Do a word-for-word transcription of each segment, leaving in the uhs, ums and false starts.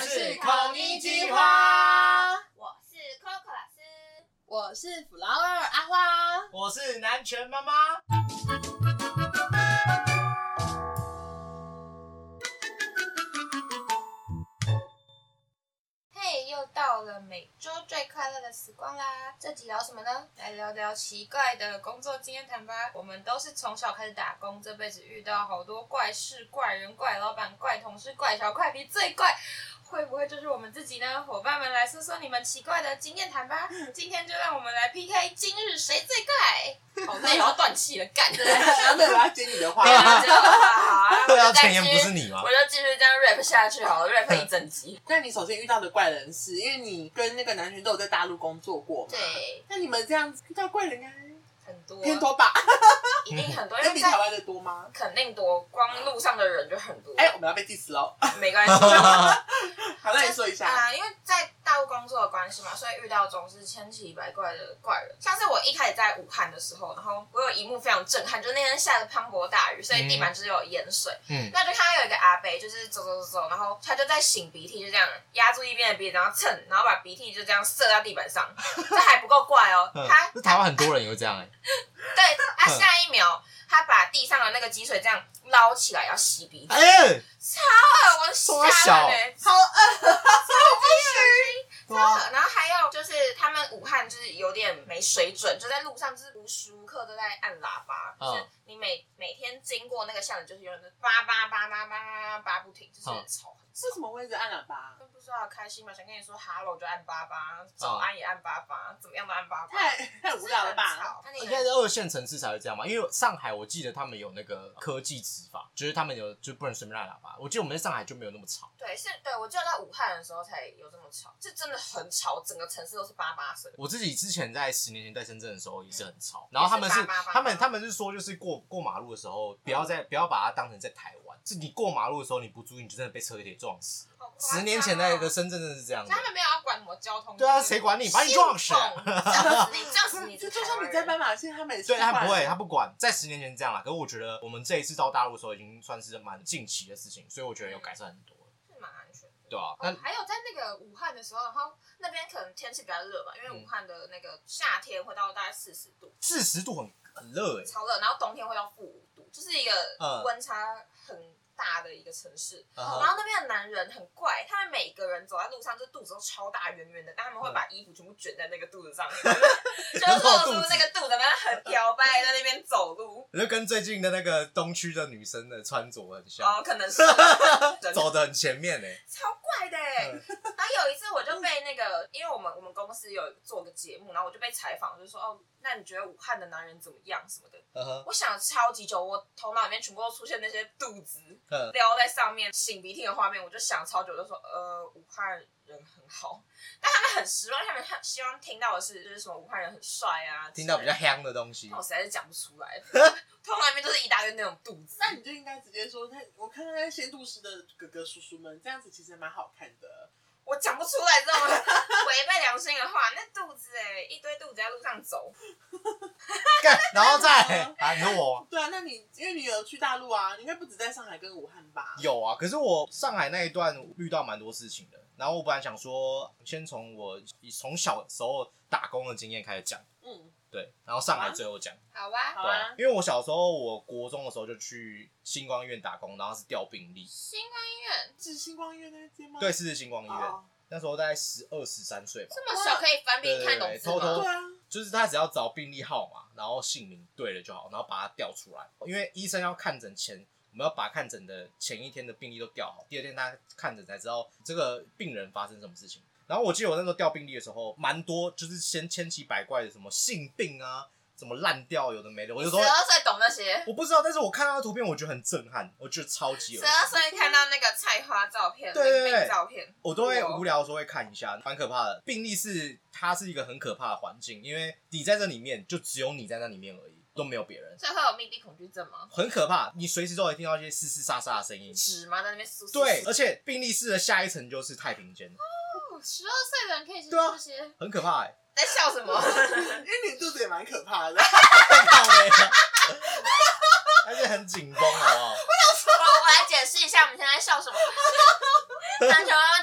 是孔尼基花， 我是 Coco 老师， 我是 Flower 阿花， 我是南拳妈妈。 嘿，又到了每周最快乐的时光啦！这集聊什么呢？来聊聊奇怪的工作经验谈吧。我们都是从小开始打工，这辈子遇到好多怪事、怪人、怪老板、怪同事、怪小怪皮，最怪。会不会就是我们自己呢？伙伴们来说说你们奇怪的经验谈吧。今天就让我们来 P K 今日谁最怪。好累，我要断气了，干！ 然后我要接你的话， 好啊， 对啊，前言不是你吗？ 我就继续这样 rap 下去好了 ，rap 一整集。 那你首先遇到的怪人是，因为你跟那个男权都有在大陆工作过嘛？ 对。 那你们这样子遇到怪人应该很多， 偏多吧？ 一定很多，因那为在比台湾的多吗？ 肯定多，光路上的人就很多。 哎、我们要被 diss 喽。 没关系。 好，那你说一下。 啊、呃，因为在大陆工作的关系嘛，所以遇到总是千奇百怪的怪人。像是我一开始在武汉的时候，然后我有一幕非常震撼，就是那天下着磅礴大雨，所以地板就是有盐水。 嗯， 那就看到有一个阿伯，就是走走走走，然后他就在擤鼻涕，就这样压住一边的鼻子，然后蹭，然后把鼻涕就这样射到地板上。这还不够怪哦，他这台湾很多人也会这样哎、欸。 对，他下一秒他把地上的那个积水这样捞起来要吸鼻涕， 哎、欸， 超恶，我吓烂嘞， 超恶， 超不行，超恶。然后还有就是他们武汉就是有点没水准，就在路上就是无时无刻都在按喇叭，嗯、就是你每每天经过那个巷子，就是有人叭叭叭叭叭叭叭不停，就是吵。 是什么位置按喇叭？ 都不知道开心嘛，想跟你说 hello 就按叭叭，早安也按叭叭，怎么样都按叭叭， 太太无聊了吧？ 应该是二线城市才会这样嘛，因为上海我记得他们有那个科技执法，就是他们有就不能随便按喇叭。我记得我们在上海就没有那么吵。 对，是，对我记得在武汉的时候才有这么吵，这真的很吵，整个城市都是叭叭声。 我自己之前在十年前在深圳的时候也是很吵，然后他们是他们他们是说就是过过马路的时候不要再不要把它当成在台湾，是你过马路的时候你不注意，你就真的被车给撞死。十年前的深圳真的是这样子， 他们没有要管什么交通。 对啊，谁管你？把你撞死！ 这样死你，这样死你！ 就就算你在斑马线，他们也是对，他不会，他不管。在十年前这样啦，可是我觉得我们这一次到大陆的时候已经算是蛮近期的事情，所以我觉得有改善很多。 是蛮安全的。 对啊， 那、哦、还有在那个武汉的时候，然后那边可能天气比较热吧，因为武汉的那个夏天会到大概四十度， 四十度很很热哎， 超热，然后冬天会到负五度，就是一个温差很大的一个城市，嗯、然后那边的男人很怪，他们每个人走在路上，就肚子都超大圆圆的，但他们会把衣服全部卷在那个肚子上，嗯、就露出那个肚子，但是很摇摆在那边走路， 就跟最近的那个东区的女生的穿着很像， 哦，可能是走得很前面哎， 超怪的哎。嗯、然后有一次我就被那个，因为我们我们公司有做个节目，然后我就被采访，就说哦，那你觉得武汉的男人怎么样什么的？Uh-huh. 我想了超级久，我头脑里面全部都出现那些肚子。撩在上面擤鼻涕的画面，我就想超久，就说呃，武汉人很好，但他们很失望，他们希望听到的是就是什么武汉人很帅啊， 听到比较香的东西， 我实在是讲不出来，头脑里面就是一大堆那种肚子。 那你就应该直接说，我看到那些仙肚师的哥哥叔叔们，这样子其实蛮好看的。 我讲不出来这种违背良心的话，那肚子哎、欸，一堆肚子在路上走， 干，然后再啊，你说我？ 对啊，那你因为你有去大陆啊，你应该不止在上海跟武汉吧？ 有啊，可是我上海那一段遇到蛮多事情的。然后我本来想说，先从我从小时候打工的经验开始讲，嗯，对，然后上海最后讲。 好啊， 好啊。因为我小时候，我国中的时候就去星光医院打工，然后是调病历。 星光医院是星光医院那间吗？ 对，是星光医院。哦、那时候大概十二十三岁吧。 这么小可以翻病历看懂字吗？ 偷偷对啊， 就是他只要找病历号码，然后姓名对了就好，然后把它调出来。因为医生要看诊前，我们要把看诊的前一天的病历都调好，第二天他看诊才知道这个病人发生什么事情。然后我记得我那时候调病历的时候，蛮多就是先千奇百怪的什么性病啊。怎么烂掉有的没的，我就说十二岁懂那些， 我不知道，但是我看到的图片，我觉得很震撼，我觉得超级恶心。 十二岁看到那个菜花照片、 对对对照片， 我都会无聊的时候会看一下，蛮可怕的。病历是它是一个很可怕的环境，因为你在这里面，就只有你在那里面而已，都没有别人。 所以会有密闭恐惧症吗？ 很可怕，你随时都会听到一些嘶嘶沙沙的声音。 纸吗？在那边嘶嘶。 对，而且病历室的下一层就是太平间。 哦，十二岁的人可以接受这些， 啊、很可怕哎、欸。 在笑什么？ 因为你肚子也蛮可怕的。 太靠北了，而且很紧绷，好不好？ 我我来解释一下，我们现在在笑什么。篮球妈妈今天穿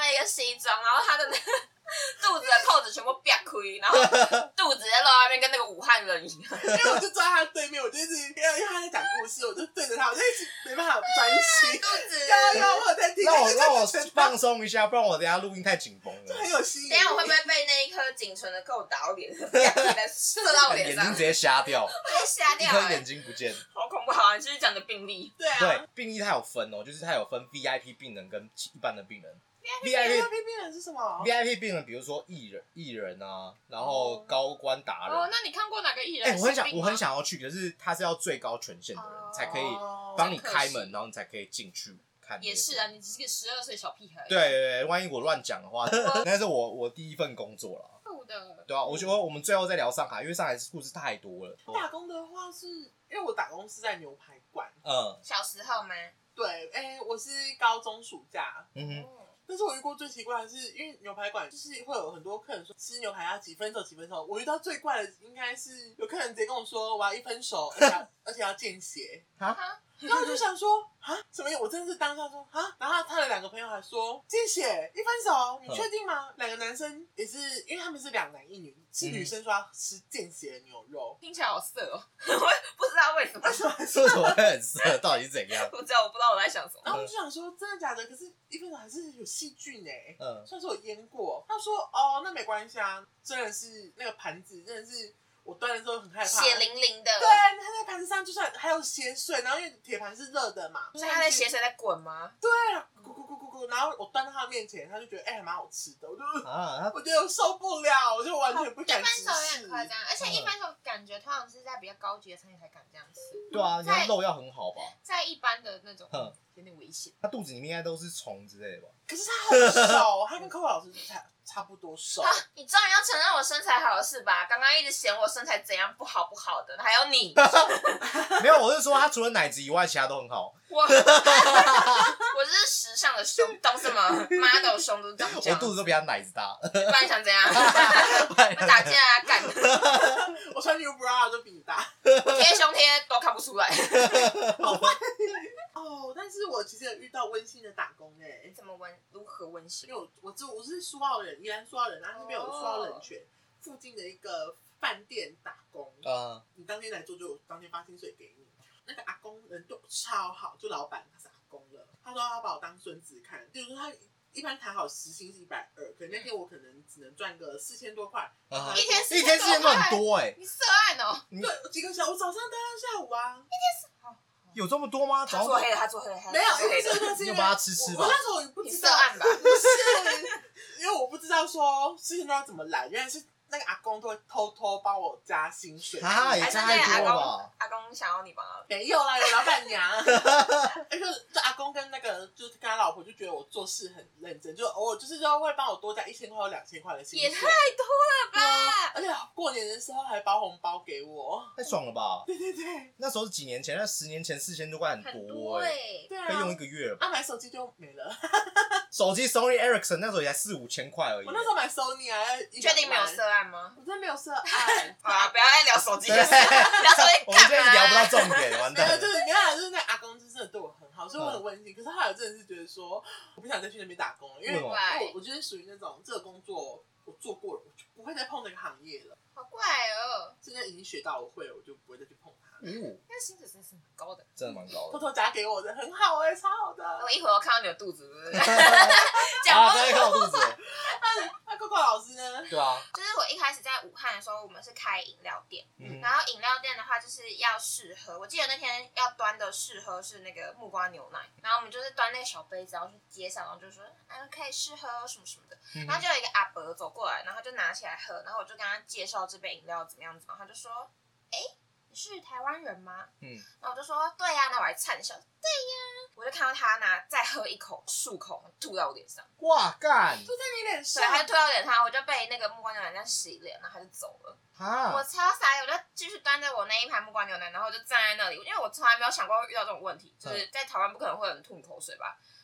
了一个西装，然后他的那个肚子的扣子全部瘪开，然后肚子在露外面，跟那个武汉人一样。 因为我就坐在他对面，我就一直因为他在讲故事，我就对着他，我就一直没办法专心。 肚子， 有有，我有在听。 让我让我放松一下，不然我等一下录音太紧绷了。 很有吸引力。 等一下我会不会被那一颗仅存的扣打到脸，射到我脸上， 眼睛直接瞎掉， 直接瞎掉、欸， 一颗眼睛不见。 好恐怖！好，你继续讲你的病例。 对啊， 对，病例它有分哦，就是它有分 V I P 病人跟一般的病人。 V I P 病人是什么 ？V I P 病人，比如说艺人、艺人啊，然后高官达人。 哦，那你看过哪个艺人？ 哎、欸，我很想，我很想要去，可是他是要最高权限的人、 哦、 才可以帮你开门，然后你才可以进去看。 也是啊，你只是个十二岁小屁孩。 对对对，万一我乱讲的话，那是我我第一份工作了。 的对啊，我觉得我们最后再聊上海，因为上海故事太多了。 打工的话是，因为我打工是在牛排馆。 嗯。 小时候吗？ 对，哎、欸，我是高中暑假。 嗯哼。 但是我遇过最奇怪的是，因为牛排馆就是会有很多客人说吃牛排要几分熟几分熟。我遇到最怪的应该是有客人直接跟我说我要一分熟，而且要而且要见血。 啊？ 然后我就想说啊，什么意思？我真的是当下说啊，然后他的两个朋友还说见血一分熟，你确定吗？两个男生也是，因为他们是两男一女，是女生说要吃见血的牛肉， 听起来好色哦，我不知道为什么， 为什么为什么会很色？到底是怎样？ 不知道，我不知道我在想什么。 然后我就想说真的假的？可是一分熟还是有细菌哎、欸， 嗯， 虽然说我腌过，他说哦那没关系啊，真的是那个盘子真的是。我端的时候很害怕， 血淋淋的。 对，它在盘子上就算还有血水，然后因为铁盘是热的嘛， 所以它的血水在滚吗？ 对，咕咕咕咕咕，然后我端到他面前，他就觉得哎还蛮好吃的，我就啊， 我觉得我受不了，我就完全不敢直视。 一般手有点夸张，而且一般手感觉通常是在比较高级的餐厅才敢这样吃。 对啊，你肉要很好吧？ 在一般的那种有点危险。 他肚子里面应该都是虫之类的吧？ 可是他很瘦，他跟寇老师差差不多瘦。 你终于要承认我身材好了是吧？刚刚一直嫌我身材怎样不好不好的，还有你。 没有，我是说他除了奶子以外，其他都很好。 我我是时尚的胸，懂什么 ？model 胸都长这样。 我肚子都比他奶子大。 不然你想怎样？我打架啊，干！ 我穿 New Bra 就比你大。 我贴胸贴都看不出来。 好坏哦，但是我其实有遇到温馨的打工哎、欸。 怎么温？如何温馨？ 因为我我住我是苏澳人，宜兰苏澳人，然后那边有苏澳冷泉、oh. 附近的一个饭店打工。嗯、uh. 你当天来做就当天发薪水给你。那个阿公人对我超好，就老板他是阿公了，他说他把我当孙子看，就是说他一般谈好时薪是一百二，可能那天我可能只能赚个四千多块， uh-huh. 一天一天四千多很多哎、欸， 你涉案哦？ 对，几个小时，我早上待到下午啊，一天是好。 有这么多吗？ 他做黑了，他做黑了， 没有， 因为是你有帮他吃吃吧？ 我那时候我不知道， 案吧？ 不是，因为我不知道说事情都要怎么来，原来是那个阿公都会偷偷帮我加薪水， 啊，也加太多了吧？ 阿公想要你帮他， 没有啦，有老板娘，而且这阿公跟那个就是跟他老婆就觉得我做事很认真，就偶尔就是都会帮我多加一千块或两千块的薪水， 也太多了吧？ 而且过年的时候还包红包给我， 太爽了吧？ 对对对， 那时候是几年前，那十年前四千多块很多哎、欸， 对啊， 可以用一个月了吧？ 啊，买手机就没了。 手机 Sony Ericsson 那时候也才四五千块而已。 我那时候买 Sony 啊， 确定没有涉案吗？ 我真的没有涉案。 好啊，不要再聊手机了，聊手机我们现在聊不到重点，完蛋了。 就是你看，就是那阿公真的对我很好，所以我很温馨。可是后来真的是觉得说，我不想再去那边打工了，因为我我觉得属于那种这个工作我做过了，我就不会再碰那个行业了。 好怪哦！ 现在已经学到我会了，我就不会再去碰它。 嗯， 那薪水真是蛮高的， 真的蛮高的。 偷偷夹给我的，很好哎、欸，超好的。 我一会儿我看到你的肚子，是不是？ 讲啊，在看我肚子。 那那 Coco 老师呢？ 对啊， 就是我一开始在武汉的时候，我们是开饮料店， 嗯、 然后饮料店的话就是要试喝。我记得那天要端的试喝是那个木瓜牛奶，然后我们就是端那个小杯子，然后去街上，然后就说啊可以试喝什么什么的。 嗯、 然后就有一个阿伯走过来，然后他就拿起来喝，然后我就跟他介绍这杯饮料怎么样子，然后他就说，哎。你是台湾人吗？嗯，然后我就说对呀、啊，那我还灿笑，对呀、啊，我就看到他拿再喝一口，漱口吐在我脸上， 哇干， 吐在你脸上， 对，他就吐到脸上，我就被那个木瓜牛奶这样洗脸，然后他就走了。 啊！ 我超傻眼，我就继续端着我那一盘木瓜牛奶，然后我就站在那里，因为我从来没有想过会遇到这种问题，就是在台湾不可能会有人吐你口水吧。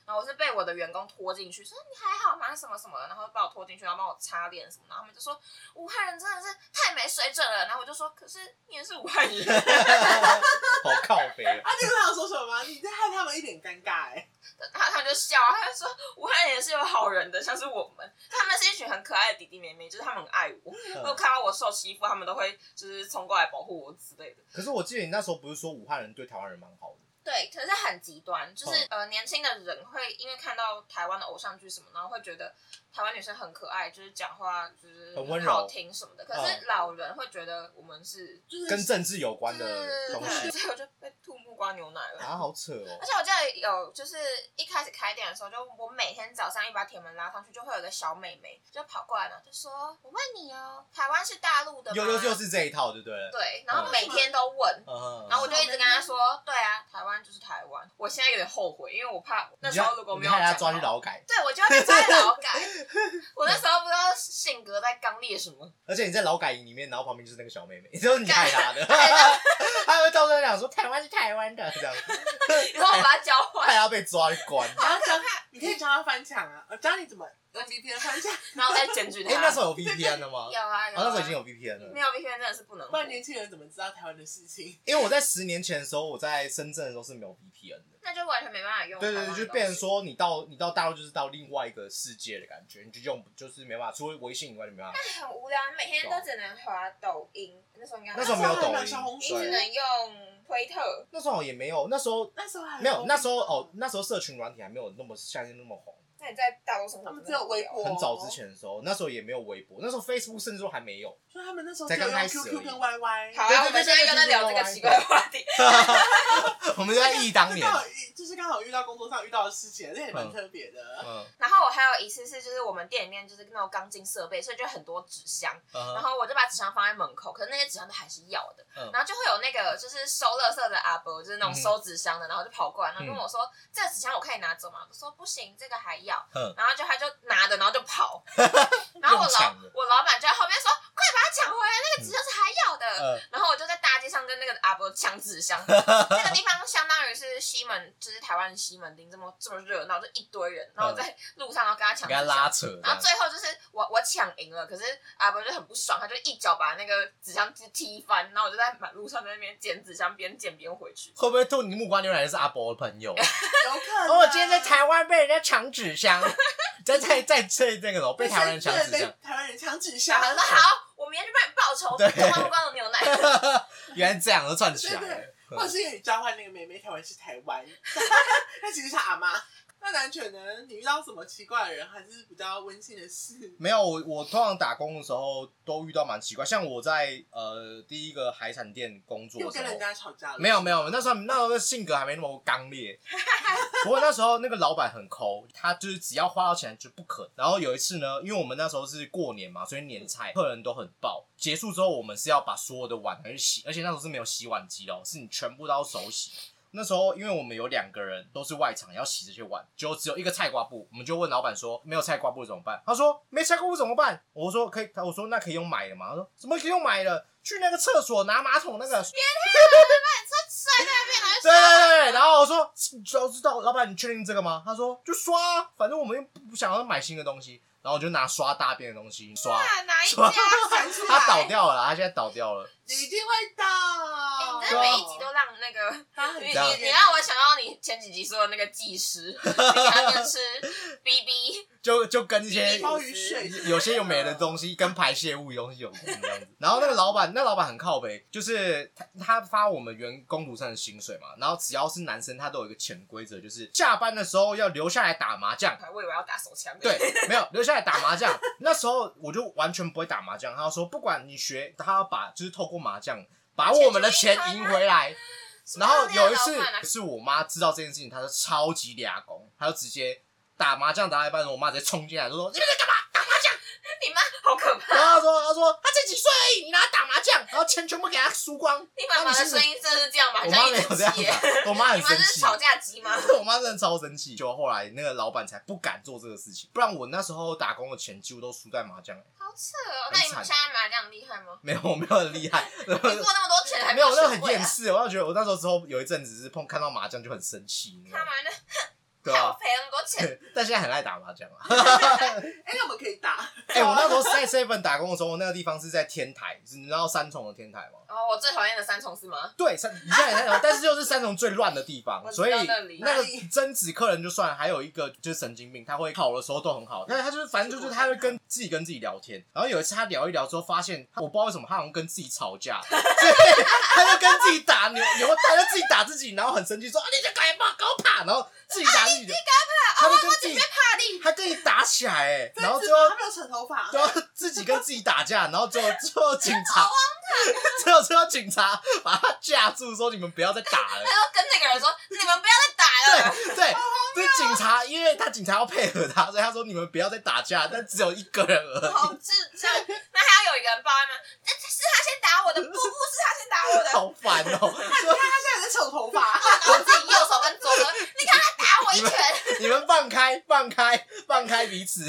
然后我是被我的员工拖进去，说你还好吗？什么什么的，然后把我拖进去，然后帮我擦脸什么，然后他们就说武汉人真的是太没水准了。然后我就说，可是你也是武汉人， 好靠北。 啊，结果他有说什么吗？你在害他们一脸尴尬哎、欸。 他他们就笑，他就说武汉人也是有好人的，像是我们，他们是一群很可爱的弟弟妹妹，就是他们很爱我，如果看到我受欺负，他们都会就是冲过来保护我之类的。 可是我记得你那时候不是说武汉人对台湾人蛮好的？ 对，可是很极端，就是、嗯、呃，年轻的人会因为看到台湾的偶像剧什么，然后会觉得台湾女生很可爱，就是讲话就是很温柔、 好听什么的。可是老人会觉得我们是就是跟政治有关的东西， 所以我就被吐木瓜牛奶了。 啊，好扯哦！ 而且我记得有，就是一开始开店的时候，就我每天早上一把铁门拉上去，就会有个小妹妹就跑过来，然后就说：“我问你哦，台湾是大陆的吗？” 又又又是这一套，对不对？ 对，然后每天都问， 嗯、 然后我就一直跟他说：“对啊，台湾就是台湾。”我现在有点后悔，因为我怕那时候如果没有讲，你害他抓去劳改， 对我就要被抓去劳改。我那时候不知道性格在刚烈什么， 而且你在劳改营里面，然后旁边就是那个小妹妹，就是你害他的，他会到时候讲说台湾是台湾的这样子， 然后我把他教坏， 害他被抓去关。 好可怕！ 你可以教他翻墙啊，我教你怎么用 V P N 翻墙， 然后再检举他。 哎，那时候有 V P N 了吗？ 有啊有啊， 那时候已经有 V P N 了。 没有 V P N 真的是不能。 不然年轻人怎么知道台湾的事情？ 因为我在十年前的时候，我在深圳的时候是没有 V P N 的。 那就完全没办法用。 对对对，就变成说你到你到大陆就是到另外一个世界的感觉，你就用就是没办法，除了微信以外就没办法。 那很无聊，每天都只能滑抖音。那时候应该那时候没有抖音， 小红书， 你只能用推特。 那时候也没有，那时候那时候还没有，那时候哦，那时候社群软体还没有那么像现在那么红。 那你在大陆生活？ 他们只有微博， 很早之前的时候，那时候也没有微博，那时候 Facebook 甚至都还没有。 所以他们那时候才刚开始 Q Q 跟 Y Y。 好啊，我们现在又在聊这个奇怪的话题。 我们就在忆当年， 就是刚好遇到工作上遇到的事情，这也蛮特别的。 嗯。 然后我还有一次是，就是我们店里面就是那种钢筋设备，所以就很多纸箱，然后我就把纸箱放在门口，可是那些纸箱都还是要的，然后就会有那个就是收垃圾的阿伯，就是那种收纸箱的，然后就跑过来，然后跟我说：“这个纸箱我可以拿走吗？”我说：“不行，这个还要。”然后就他就拿着，然后就跑，然后我老我老板就在后面说：“快把它抢回来，那个纸箱是还要的。”然后我就在大街上跟那个阿伯抢纸箱，那个地方相当于是西门，就是台湾西门町这么这么热闹，就一堆人，然后我在路上然后跟他抢， 跟他拉扯， 然后最后就是我我抢赢了，可是阿伯就很不爽，他就一脚把那个纸箱踢翻，然后我就在马路上在那边捡纸箱，边捡边回去。 会不会吐你木瓜牛奶的是阿伯的朋友？ 有可能。 哦，我今天在台湾被人家抢纸箱，在在在在那个什么被台湾人抢纸箱， 台湾人抢纸箱。 他说好，我明天去帮你报仇，tomar木瓜的牛奶。 原来这样都串起来了。 或者是跟你交换那个妹妹，台湾是台湾，那其实是阿妈。那南犬呢？你遇到什么奇怪的人，还是比较温馨的事？ 没有，我我通常打工的时候都遇到蛮奇怪，像我在呃第一个海产店工作的时候， 又跟人家吵架了。 没有没有，那时候那时候性格还没那么刚烈。不过那时候那个老板很抠，他就是只要花到钱就不肯。然后有一次呢，因为我们那时候是过年嘛，所以年菜客人都很爆。结束之后，我们是要把所有的碗拿去洗，而且那时候是没有洗碗机的，是你全部都要手洗。那时候因为我们有两个人都是外场要洗这些碗，就只有一个菜瓜布，我们就问老板说没有菜瓜布怎么办？他说没菜瓜布怎么办？我说可以，我说那可以用买的嘛？他说怎么可以用买的？去那个厕所拿马桶那个。别太把你车摔在那边来刷。 对对对，然后我说只要知道老板你确定这个吗？他说就刷啊，反正我们又不想要买新的东西。然后我就拿刷大便的东西刷， 哪一家？ 他倒掉了，他现在倒掉了。 你一定会倒。 欸、你真的每一集都让那个，你你你让我想到你前几集说的那个技师，你给他们吃 B B， 就就跟一些有些有没的东西，跟排泄物的东西有关这样子。然后那个老板，那老板很靠北，就是他他发我们员工读生的薪水嘛，然后只要是男生，他都有一个潜规则，就是下班的时候要留下来打麻将。 我以为要打手枪。 对，没有留下来打麻将。那时候我就完全不会打麻将，他说不管你学，他要把就是透过麻将把我们的钱赢回来。然后有一次是我妈知道这件事情，她就超级俩公，她就直接打麻将打到一半，我妈直接冲进来就说：“你们在干嘛？打麻将！” 你妈好可怕。 然后她说：“她说她才几岁而已，你拿她打麻将，然后钱全部给她输光。” 你妈妈的声音真的是这样吗？ 我妈没有这样子，我妈很生气。 你妈是吵架机吗？ 我妈真的超生气，就后来那个老板才不敢做这个事情，不然我那时候打工的钱几乎都输在麻将。 好扯哦！那你们现在麻将厉害吗？ 没有，我没有很厉害。 你付那么多钱还没有，那很厌世。我就觉得我那时候之后有一阵子是碰看到麻将就很生气。 他妈的！ 对啊， 害我赔那么多钱。 但现在很爱打麻将啊。 哎、那我们可以打。 哎、欸，我那时候在 seven 打工的时候，那个地方是在天台，你知道三重的天台吗？ 哦，我最讨厌的三重是吗？ 对，三你现在三重，但是就是三重最乱的地方，所以那个争执客人就算，还有一个就是神经病，他会好的时候都很好，但是他就是反正就是他会跟自己跟自己聊天，然后有一次他聊一聊之后发现，我不知道为什么他好像跟自己吵架，所以他就跟自己打牛牛，他就自己打自己，然后很生气说啊你就该怕搞怕，然后自己打自己的，他就跟自己他跟你打起来哎、欸，然后最后他没有扯头发， 对啊，自己跟自己打架，然后最后最后警察，最后最后警察把他架住，说你们不要再打了。 他要跟那个人说你们不要再打了。 对对，这警察，因为他警察要配合他，所以他说你们不要再打架，但只有一个人而已。 好智障！那还要有一个人报案吗？是他先打我的，不不是他先打我的。 好烦哦！ 你看他现在在扯头发， 然后自己右手跟左手，你看他打我一拳。 你们放开，放开，放开彼此。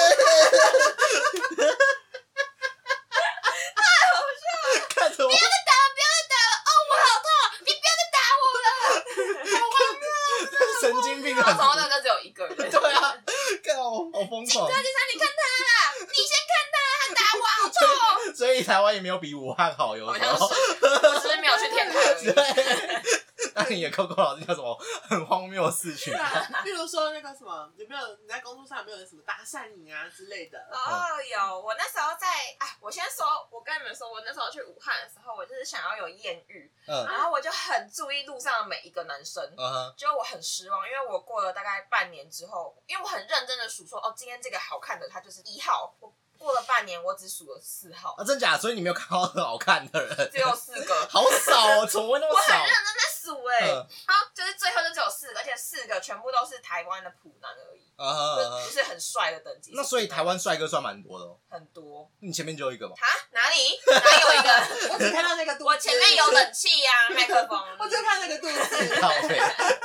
太好笑了！ 看着我， 不要再打了，不要再打了！哦，我好痛！你不要再打我了！好荒谬！ 神经病很然后从头到尾就只有一个人。 对啊，看我好疯狂。 警察，警察，你看他啦！你先看他，他打我好痛。 所以台湾也没有比武汉好，有好时候。 像是，我只是没有去天台而已。 对。那你也扣扣老师叫什么很荒谬的事情？ 比如说那个什么，有没有你在工作上有没有人什么搭讪你啊之类的？ 哦，有，我那时候在啊，我先说，我跟你们说，我那时候去武汉的时候，我就是想要有艳遇，嗯，然后我就很注意路上的每一个男生，嗯，结果我很失望，因为我过了大概半年之后，因为我很认真的数说，哦，今天这个好看的他就是一号，我过了半年，我只数了四号啊，真假？所以你没有看到很好看的人， 只有四个， 好少哦，怎么会那么少？ 我很认真在数哎、欸，嗯、然后就是最后就只有四个，而且四个全部都是台湾的普男而已，啊、就不是很帅的等级。 那所以台湾帅哥算蛮多的哦， 很多。 你前面就有一个吗？ 啊？哪里？哪有一个？ 我只看到那个肚子， 我前面有冷气呀、啊，麦克风。 我就看那个肚子。 靠北。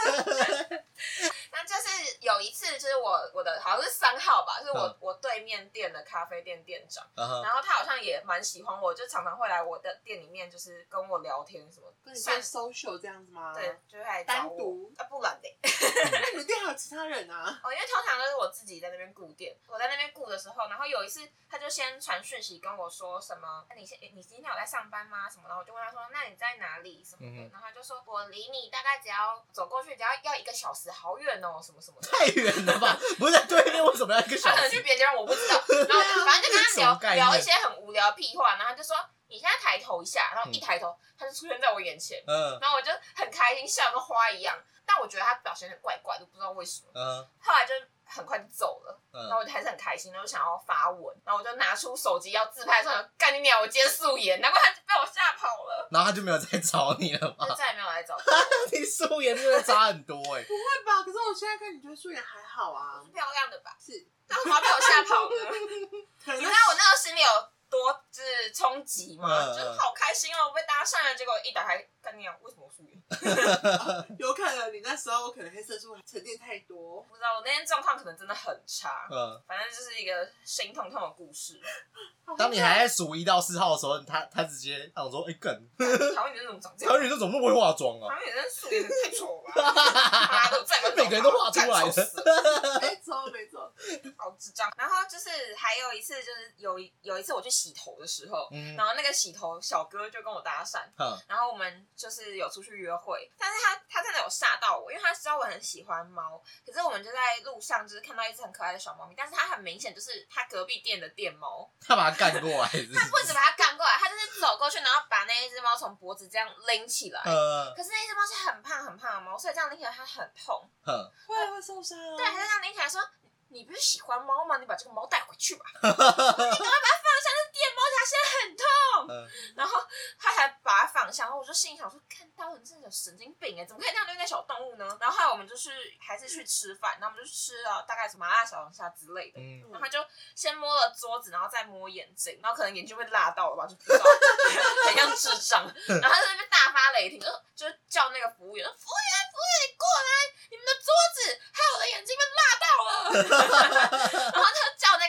那就是有一次，就是我我的好像是三号吧，就是我、嗯、我对面店的咖啡店店长，uh-huh. 然后他好像也蛮喜欢我，就常常会来我的店里面，就是跟我聊天什么。 跟你做 social 这样子吗？ 对，就是来单独啊，不然的。 那你们店还有其他人啊？ 哦，因为通常都是我自己在那边顾店，我在那边顾的时候，然后有一次他就先传讯息跟我说什么，你先你今天有在上班吗？什么，然后我就问他说，那你在哪里什么的，嗯、然后他就说我离你大概只要走过去只要要一个小时，好远哦，什么什么的。 太远了吧？不是在对面，为什么要一个小时？ 他可能去别的地方，我不知道。然后反正就跟他聊聊一些很无聊的屁话，然后他就说你现在抬头一下，然后一抬头、嗯、他就出现在我眼前，嗯，然后我就很开心，笑跟花一样。但我觉得他表现得怪怪的，不知道为什么。嗯，后来就很快就走了，嗯、然后我就还是很开心，然后就想要发文，然后我就拿出手机要自拍，说干你鸟，我今天素颜，难怪他就被我吓跑了。 然后他就没有再找你了吗？ 就再也没有来找我。 你素颜真的差很多哎、欸。 不会吧？可是我现在看你觉得素颜还好啊， 是漂亮的吧？ 是。 那为什么要被我吓跑呢？你知道我那时候心里有多就是冲击吗？嗯、就是好开心哦，我被搭讪了，结果一打开，干你鸟，为什么我素颜？ 哦、有可能你那时候可能黑色素沉淀太多， 不知道我那天状况可能真的很差。嗯，反正就是一个心痛痛的故事。 当你还在数一到四号的时候，他他直接他说：“哎、欸，干， 台湾女生怎么长这样？ 台湾女生怎么那么会化妆啊？ 台湾女生素颜太丑了，妈的，再每个人都画出来了。” 没错没错， 好智障。然后就是还有一次，就是有有一次我去洗头的时候，嗯、然后那个洗头小哥就跟我搭讪，嗯、然后我们就是有出去约会，但是他他真的有吓到我，因为他知道我很喜欢猫，可是我们就在路上就是看到一只很可爱的小猫咪，但是他很明显就是他隔壁店的店猫， 他把它干过来是不是， 他不止把它干过来，他就是走过去，然后把那一只猫从脖子这样拎起来，呃、可是那一只猫是很胖很胖的猫，所以这样拎起来它很痛， 会会受伤、啊， 对，他就这样拎起来说。你不是喜欢猫吗？你把这个猫带回去吧。你赶快把它放下，那电猫它现在很痛。嗯、然后他才把它放下，然后我就心里想说，看到人真的有神经病哎，怎么可以这样对待小动物呢？然后后来我们就是还是去吃饭，然后我们就吃了大概什么麻辣小龙虾之类的。嗯、然后他就先摸了桌子，然后再摸眼睛，然后可能眼睛被辣到了吧，就不知道，很像智障。然后他在那边大发雷霆，就就是叫那个服务员，服务员，服务员，你过来，你们的桌子还有我的眼睛被辣到了。然后他叫那个服务员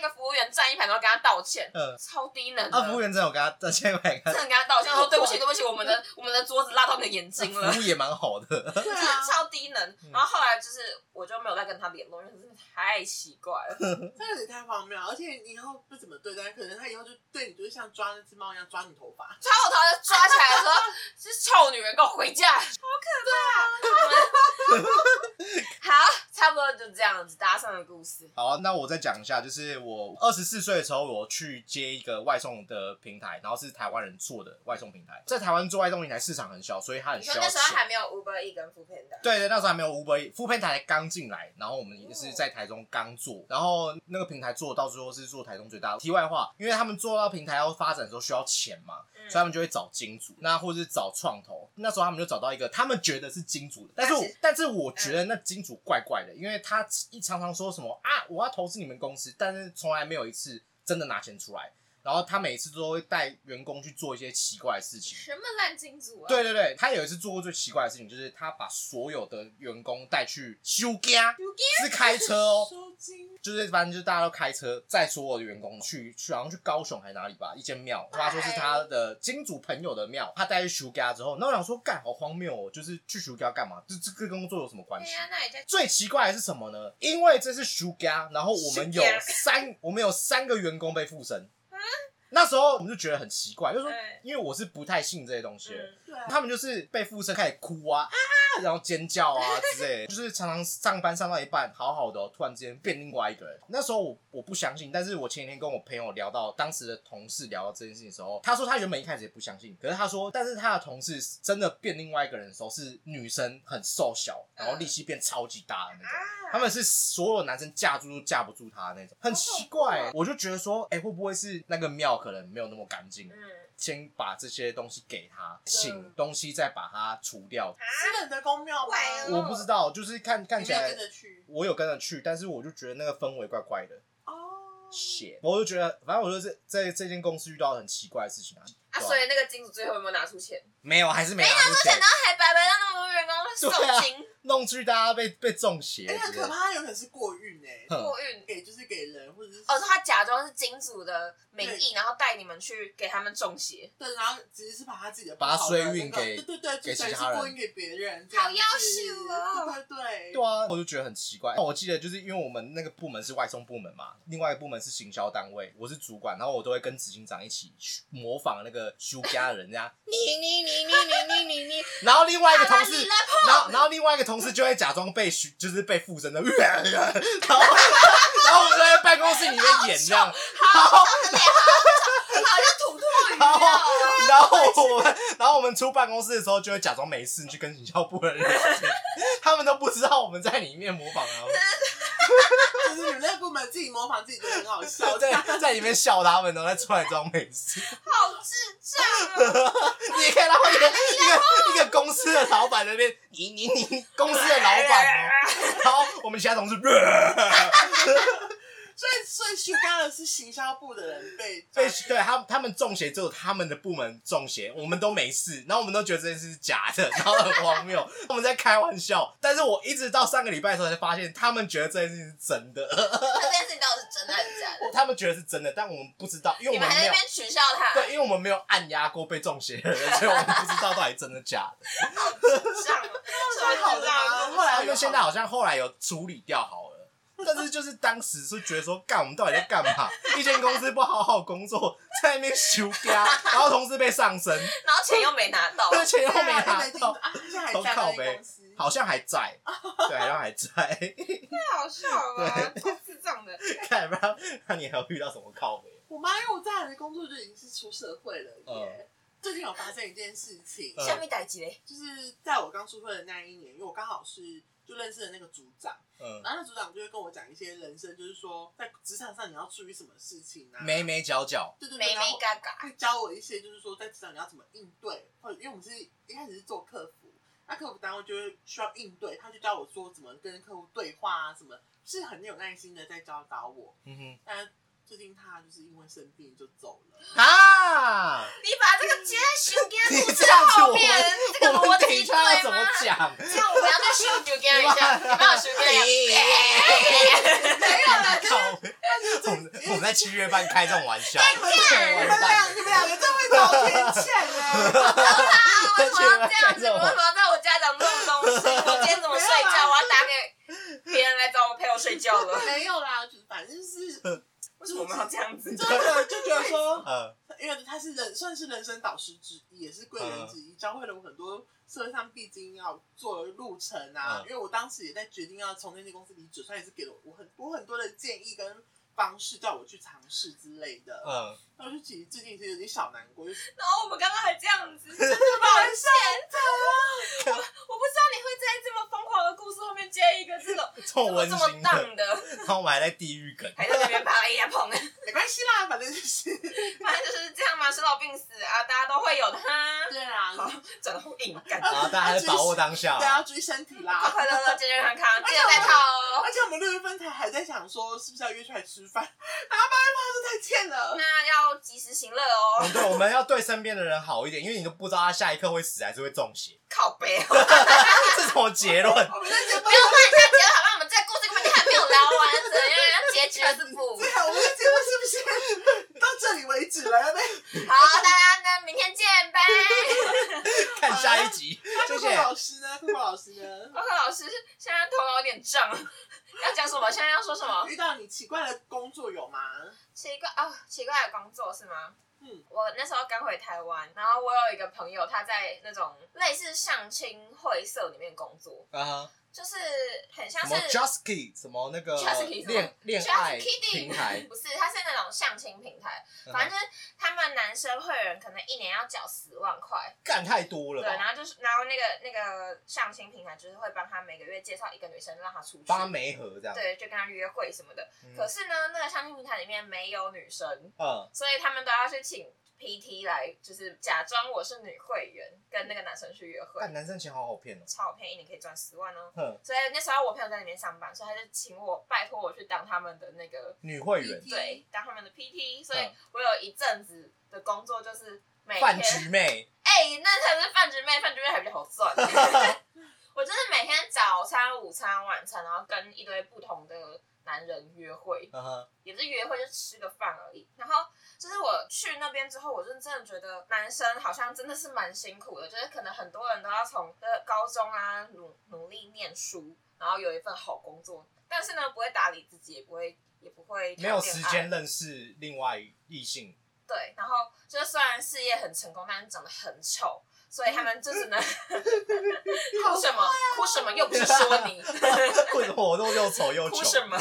员站一排，然后跟他道歉， 嗯， 超低能的。 啊，服务员真的有跟他道歉，真的跟他道歉，说对不起，对不起，我们的我们的桌子辣到你的眼睛了。 服务也蛮好的， 对真的啊， 超低能。然后后来就是我就没有再跟他联络，因为真的太奇怪了， 这有点太荒谬，而且你以后不怎么对待，可能他以后就对你就是像抓那只猫一样抓你头发， 抓我头就抓起来说是臭女人，给我回家，好可怕。好，差不多就这样子搭上的故事。 好啊，那我再讲一下，就是我二十四岁的时候，我去接一个外送的平台，然后是台湾人做的外送平台。在台湾做外送平台市场很小，所以它很需要钱。 你说那时候还没有 Uber E 跟 Foodpanda。 对对，那时候还没有 Uber E，Foodpanda才刚进来，然后我们也是在台中刚做，然后那个平台做到最后是做台中最大的。题外话，因为他们做到平台要发展的时候需要钱嘛，嗯、所以他们就会找金主，那或者是找创投。那时候他们就找到一个他们觉得是金主的，但是我但是我觉得那金主怪怪的，因为他一常常说什么啊，我要投资你们公司，但是从来没有一次真的拿钱出来。然后他每次都会带员工去做一些奇怪的事情。 什么烂金主啊？ 对对对，他有一次做过最奇怪的事情，就是他把所有的员工带去收家，是开车哦，就是反正就是大家都开车，载所有的员工去去，好像去高雄还是哪里吧，一间庙，他说是他的金主朋友的庙，他带去收家之后，那我想说，干好荒谬哦，就是去收家干嘛？这这跟工作有什么关系？ 啊、那也在最奇怪的是什么呢？因为这是收家，然后我们有三，我们有三个员工被附身。那时候我们就觉得很奇怪，就是说，因为我是不太信这些东西的， 嗯他们就是被附身开始哭啊啊，然后尖叫啊之类的，就是常常上班上到一半，好好的、哦，突然之间变另外一个人。那时候我我不相信，但是我前几天跟我朋友聊到当时的同事聊到这件事情的时候，他说他原本一开始也不相信，可是他说，但是他的同事真的变另外一个人的时候是女生，很瘦小，然后力气变超级大的那种。他们是所有男生架住都架不住他的那种，很奇怪、欸。我就觉得说，哎、欸，会不会是那个庙可能没有那么干净？嗯，先把这些东西给他，请东西再把它除掉。 私人的公庙吗？ 我不知道，就是看看起来， 你有跟着去？ 我有跟着去，但是我就觉得那个氛围怪怪的。 哦， 血，我就觉得，反正我就是在这间公司遇到很奇怪的事情啊。 啊，所以那个金主最后有没有拿出钱？ 没有，还是没拿出钱， 然后还白白让那么多员工受惊。 弄去大家被被中邪， 哎、欸，很可怕，他有可能是过运哎、欸，过运给就是给人或者是哦，他假装是金主的名义，然后带你们去给他们中邪， 对，然后只是把他自己的把他衰运给对对对， 给其他人， 过运给别人， 好要求哦， 对对对， 对啊，我就觉得很奇怪。我记得就是因为我们那个部门是外送部门嘛，另外一个部门是行销单位，我是主管，然后我都会跟执行长一起模仿那个修家的人这样，你你你你你你你你，然后另外一个同事，然后然后另外一个同事就会假装被就是被附身的，然后然后我们就在办公室里面演这样， 好好像土兔鱼然后然后我们然后我们出办公室的时候就会假装没事去跟行销部的人，他们都不知道我们在里面模仿啊。 就是你们那个部门自己模仿自己觉得很好笑， 在在里面笑他们，然后再出来装没事。 好智障啊！ 你看到一个一个一个公司的老板那边，你你你公司的老板哦，然后我们其他同事。 所以，所以修干的是行销部的人被被对他们他们中邪，只有他们的部门中邪，我们都没事，然后我们都觉得这件事是假的，然后很荒谬，我们在开玩笑。但是我一直到上个礼拜的时候才发现，他们觉得这件事情是真的。 那这件事情到底是真的还是假的？ 他们觉得是真的，但我们不知道，因为我们没有。 你们还在那边取笑他。 对，因为我们没有按压过被中邪的人，所以我们不知道到底真的假的。 好智障啊！ 太好了吗？后来他们现在好像后来有处理掉好了。但是就是当时是觉得说，干我们到底在干嘛？一间公司不好好工作，在那边休假，然后同事被上升， 然后钱又没拿到， 对，钱又没拿到， 都靠背，好像还在，对，好像还在， 太好笑了，超智障的。 看，不知道那你还有遇到什么靠背？ 我妈因为我在的工作就已经是出社会了耶。嗯，最近有发生一件事情， 什么代志嘞？ 就是在我刚出社会的那一年，因为我刚好是。就认识了那个组长，嗯，然后那组长就会跟我讲一些人生，就是说在职场上你要注意什么事情啊， 眉眉角角， 对对对， 眉眉嘎嘎， 会教我一些，就是说在职场你要怎么应对，或者因为我们是一开始是做客服，那客服单位就会需要应对，他就教我说怎么跟客户对话啊，什么是很有耐心的在教导我，嗯哼，但最近他就是因为生病就走了啊！ 你把这个接在修干故事后面，这个逻辑对吗？ 怎么讲？ 这样我们要再修修干一下，你帮我修干一下。没有了， 我们我们们在七月半开这种玩笑， 你们俩你们两个真会找天欠哎！ 为什么要这样子？为什么要在我家讲这种东西？我今天怎么睡觉？我要打给别人来找我陪我睡觉了。 没有啦，就反正就是为什么我们要这样子？ 真的就觉得说， 嗯， 因为他是人算是人生导师之一，也是贵人之一，教会了我很多社会上必经要做的路程啊。因为我当时也在决定要从那间公司离职，所以也是给了我很多很多的建议跟方式，叫我去尝试之类的。嗯，然后就其实最近是有点小难过，就是、 然后我们刚刚还这样子，真的抱歉，我我不知道你会在这么疯狂的故事后面接一个这种这么温馨这么荡的， 然后我们还在地狱梗， 还在那边啪一下碰， 没关系啦，反正就是反正就是这样嘛，生老病死啊，大家都会有的哈。 对啊， 整个好硬干啊，大家还是把握当下， 对啊，注意身体啦， 快快乐乐，健健康康，记得戴套哦。 而且我们六月份才还在想说，是不是要约出来吃饭，然后八月八号太欠了， 那要及时行乐哦。 对，我们要对身边的人好一点，因为你都不知道他下一刻会死还是会中邪。 靠背哦， 这什么结论？ 不要换一下结论，好吧？我们这个故事根本就还没有聊完，怎样？结局是不？ 对啊，我们的节目是不是到这里为止了？要不要？ 好，大家呢，明天见，拜。 看下一集，谢谢。 老师呢？酷酷老师呢？ 酷酷老师现在头脑有点胀，要讲什么？现在要说什么？ 遇到你奇怪的工作有吗？ 奇怪哦，奇怪的工作是吗？ 嗯， 我那时候刚回台湾，然后我有一个朋友，他在那种类似相亲会社里面工作，啊、uh ， huh. 就是很像是什么 Justkey 什么那个恋恋爱平台， 不是，它是那种相亲平台， uh huh. 反正就是他们男生会员可能一年要缴十万块， 干太多了吧？ 对，然后就是然后那个那个相亲平台就是会帮他每个月介绍一个女生让他出去， 帮他媒合这样， 对，就跟他约会什么的。嗯、可是呢，那个相亲平台里面没有女生， 嗯，所以他们都要去请P T 来，就是假装我是女会员，跟那个男生去约会。 但男生钱好好骗哦， 超好骗，一年可以赚十万哦。嗯，所以那时候我朋友在里面上班，所以他就请我拜托我去当他们的那个女会员， 对，当他们的 P T。所以我有一阵子的工作就是每天饭局妹， 哎、欸，那才是饭局妹，饭局妹还比较好赚。我就是每天早餐、午餐、晚餐，然后跟一堆不同的男人约会， uh-huh. 也不是约会，就吃个饭而已。然后就是我去那边之后，我就真的觉得男生好像真的是蛮辛苦的，就是可能很多人都要从高中啊努努力念书，然后有一份好工作，但是呢不会打理自己，也不会也不会没有时间认识另外异性。 对，然后就是虽然事业很成功，但是长得很丑。所以他们就是呢，哭什么？哭什么？又不是说你， 为什么我都又丑又穷？ 哭什么？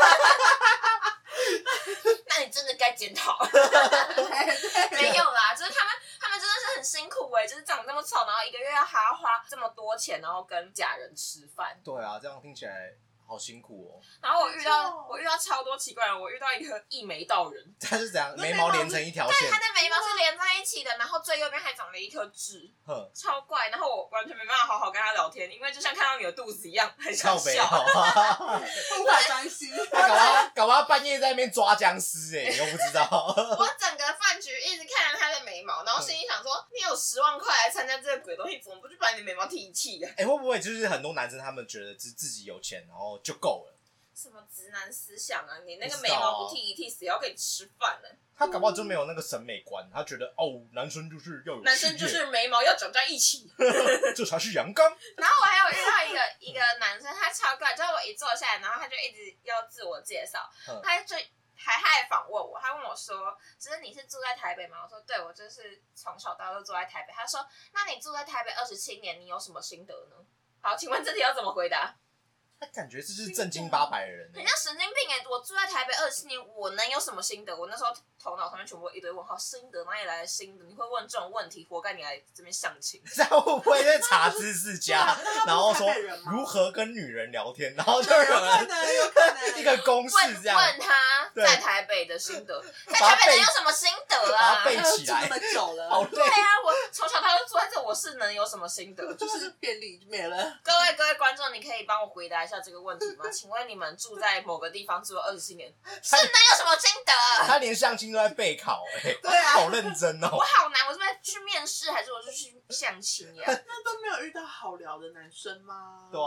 那你真的该检讨。没有啦，就是他们，他们真的是很辛苦哎、欸，就是长得那么丑，然后一个月要还要花这么多钱，然后跟假人吃饭。 对啊，这样听起来好辛苦哦。 然后我遇到我遇到超多奇怪的人，我遇到一个一眉道人， 他是怎样？眉毛连成一条线， 对，他的眉毛是连在一起的，然后最右边还长了一颗痣，超怪。然后我完全没办法好好跟他聊天，因为就像看到你的肚子一样，很想笑， 无法专心。 他搞不好搞不好半夜在那边抓僵尸哎、欸，你又不知道。 我整个饭局一直看着他的眉毛，然后心里想说，你有十万块来参加这个鬼东西，怎么不去把你的眉毛剃一剃啊？ 哎、欸，会不会就是很多男生他们觉得自自己有钱，然后就够了？ 什么直男思想啊！你那个眉毛不剃一剃，谁要跟你吃饭呢？ 他搞不好就没有那个审美观，他觉得哦，男生就是要有男生就是眉毛要长在一起， 这才是阳刚。 然后我还有遇到一个一个男生，他超怪，就是我一坐下来，然后他就一直要自我介绍，嗯、他就还还访问我，他问我说：“就是你是住在台北吗？”我说：“对，我就是从小到大都住在台北。”他说：“那你住在台北二十七年，你有什么心得呢？”好，请问这题要怎么回答？ 他感觉这是正经八百的人、欸， 很像神经病哎、欸！我住在台北二十七年，我能有什么心得？我那时候头脑上面全部一堆问号，心得哪里来的心得？你会问这种问题，活该你来这边相亲。 他会不会在查知识家，然后说如何跟女人聊天，然后就有人有可能一个公式这样问他在台北的心得，在台北能有什么心得啊？ 背起来， 这么久了， 好累。 对啊，我从小到大住在这，我是能有什么心得？ 就是便利没了。 各位各位观众，你可以帮我回答一下这个问题吗？请问你们住在某个地方住了二十七年，是能有什么心得？ 他连相亲都在备考、欸，哎， 对啊， 好认真哦。 我好难，我是不是去面试，还是我是去相亲呀？ 那都没有遇到好聊的男生吗？ 对啊，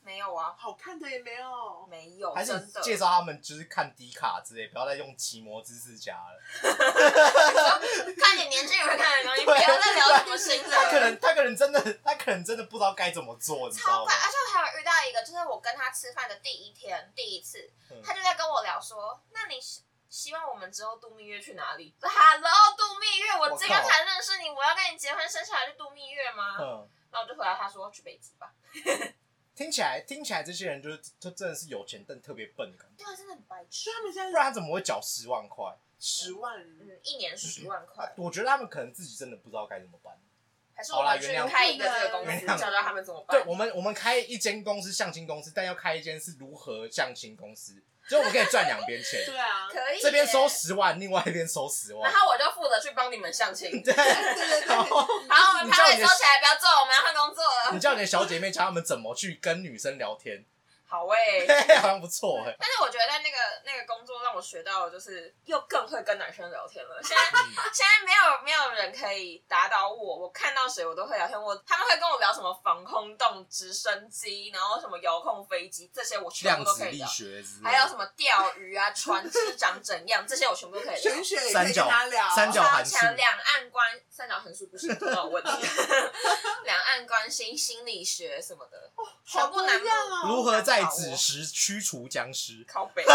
没有啊， 好看的也没有， 没有， 还是真的介绍他们就是看迪卡之类，不要再用奇摩知识家了。 看点年轻人看的东西，不要再聊什么新的。 他可能他可能真的他可能真的不知道该怎么做，你知道吗？ 超快，而且我还有遇到一个，就是我跟他吃饭的第一天，第一次， 嗯、 他就在跟我聊说，那你希望我们之后度蜜月去哪里 ？Hello， 度蜜月，我这个才认识你，我要跟你结婚生小孩去度蜜月吗？嗯，然后我就回答他说去北极吧。 听起来听起来这些人就是就真的是有钱但特别笨的感觉。 对啊，真的很白痴。 他们现在不然他怎么会缴十万块？ 十万， 嗯，一年十万块。 我觉得他们可能自己真的不知道该怎么办。 还是我们去开一个这个公司，教教他们怎么办？ 对，我们我们开一间公司相亲公司，但要开一间是如何相亲公司。所以我们可以赚两边钱， 对啊， 可以。 这边收十万，另外一边收十万， 然后我就负责去帮你们相亲。 对对对对。 好，我们拍尾收起来，不要做，我们要换工作了。 你叫你的小姐妹教他们怎么去跟女生聊天。 好诶、欸， 好像不错哎、欸。 但是我觉得在那个那个工作让我学到的就是又更会跟男生聊天了。现在、嗯、现在没有没有人可以打倒我，我看到谁我都会聊天。我他们会跟我聊什么防空洞、直升机，然后什么遥控飞机，这些我全部都可以聊。还有什么钓鱼啊、船只长怎样，这些我全部都可以聊。 玄学也可以跟他聊。 三角函数、 两岸关、三角函数不是都有问题。两岸关系、心理学什么的， 哦、 全部难哦。 如何在子时驱除僵尸？ 靠北。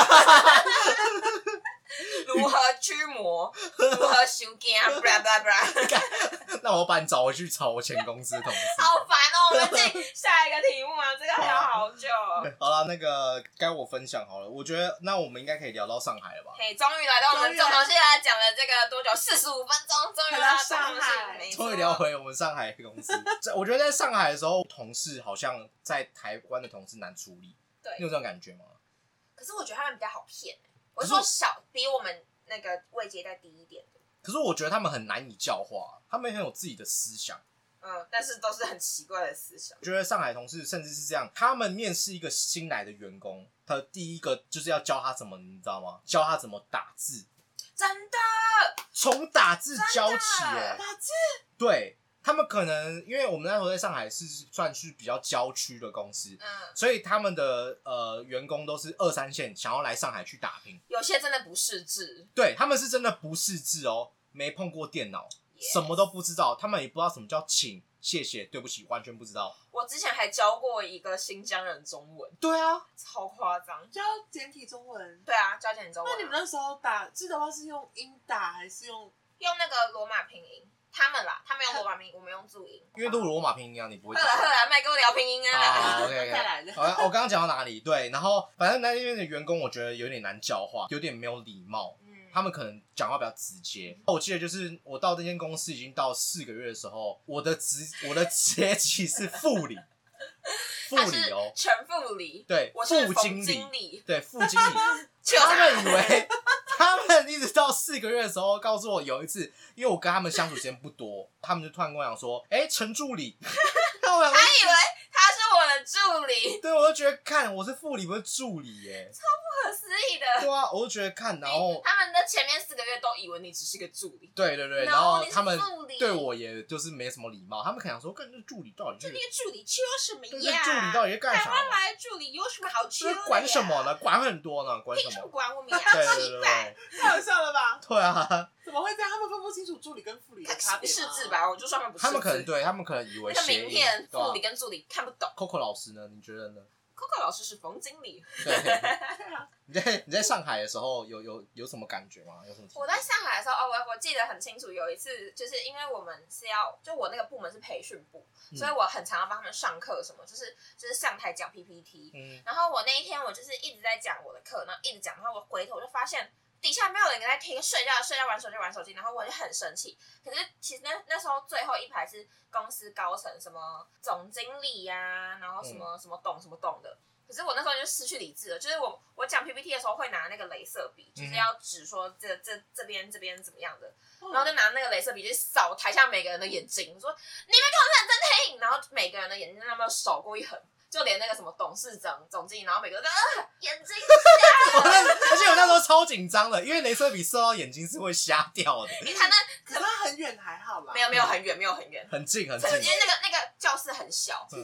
如何驱魔？如何修惊？布拉布拉布拉。 那我把你找回去炒我前公司的同事。 好烦哦！我们进下一个题目啊，这个还要好久。 好了，那个该我分享好了。我觉得那我们应该可以聊到上海了吧？ 嘿，终于来到我们重头戏来讲了这个多久？四十五分钟，终于来到上海， 终于聊回我们上海公司。我觉得在上海的时候，同事好像在台湾的同事难处理。 对， 你有这种感觉吗？ 可是我觉得他们比较好骗、欸。我是说小比我们那个位阶再低一点的。 可是我觉得他们很难以教化，他们很有自己的思想。 嗯，但是都是很奇怪的思想。 我觉得上海同事甚至是这样，他们面试一个新来的员工，他的第一个就是要教他怎么，你知道吗？教他怎么打字。 真的， 从打字教起、欸， 打字， 对。他们可能因为我们那时候在上海是算是比较郊区的公司， 嗯， 所以他们的呃员工都是二三线想要来上海去打拼， 有些真的不识字， 对，他们是真的不识字哦，没碰过电脑， yes. 什么都不知道，他们也不知道什么叫请、谢谢、对不起，完全不知道。 我之前还教过一个新疆人中文， 对啊， 超夸张， 教简体中文， 对啊，教简体中文、啊。 那你们那时候打字的话是用英打还是用用那个罗马拼音？他们啦，他们用罗马拼音，我们用注音。 因为都罗马拼音啊，你不会。 喝了喝了，麦跟我聊拼音啊。 好 ，OK OK。 再来的。 我我刚刚讲到哪里？对，然后反正那边的员工，我觉得有点难教化，有点没有礼貌。嗯。他们可能讲话比较直接。我记得就是我到这间公司已经到四个月的时候，我的职我的阶级是副理。副理哦， 全副理。 对， 我是副经经理。 对，副经理。他们以为。他们一直到四个月的时候，告诉我有一次，因为我跟他们相处时间不多，他们就突然跟我讲说：“哎、欸，陈助理。”他以为他是我的助理， 对，我就觉得看我是副理，不是助理耶， 超不可思议的。 对啊，我就觉得看，然后他们的前面四个月都以为你只是个助理， 对对对， no, 然后他们对我也也就是没什么礼貌，他们可能想说，跟这助理到底是这个助理缺什么呀？ 助理到底在干啥？ 台湾来助理有什么好缺的？ 管什么呢？管很多呢，管什么？ 凭什么管我们呀？ 对对对对， 太好笑了吧？ 对啊， 怎么会这样？他们分不清楚助理跟副理的差别吗？ 识字吧，我就说他们不识字。 他们可能对他们可能以为那个名片副理跟助理看不懂。 Coco 老师呢？你觉得呢 ？Coco 老师是冯经理。 对。你在你在上海的时候有有有什么感觉吗？有什么？ 我在上海的时候，哦，我我记得很清楚，有一次就是因为我们是要，就我那个部门是培训部，嗯、所以我很常要帮他们上课，什么就是就是上台讲 P P T，嗯，然后我那一天我就是一直在讲我的课，然后一直讲，然后我回头就发现底下没有人在听，睡觉睡觉玩手机玩手机，然后我就很生气。可是其实那那时候最后一排是公司高层，什么总经理呀、啊，然后什么、嗯、什么董什么董的。可是我那时候就失去理智了，就是我我讲 P P T 的时候会拿那个雷射笔，就是要指说这这这边这边怎么样的，然后就拿那个雷射笔去扫台下每个人的眼睛，说你们给我认真听，然后每个人的眼睛他们扫过一横，就连那个什么董事长、总经理，然后每个人都啊眼睛瞎了， 而且我那时候超紧张的，因为雷射笔射到眼睛是会瞎掉的。 因为他那可是他很远还好啦， 没有没有很远，没有很远， 很近很近， 因为那个那个教室很小。 嗯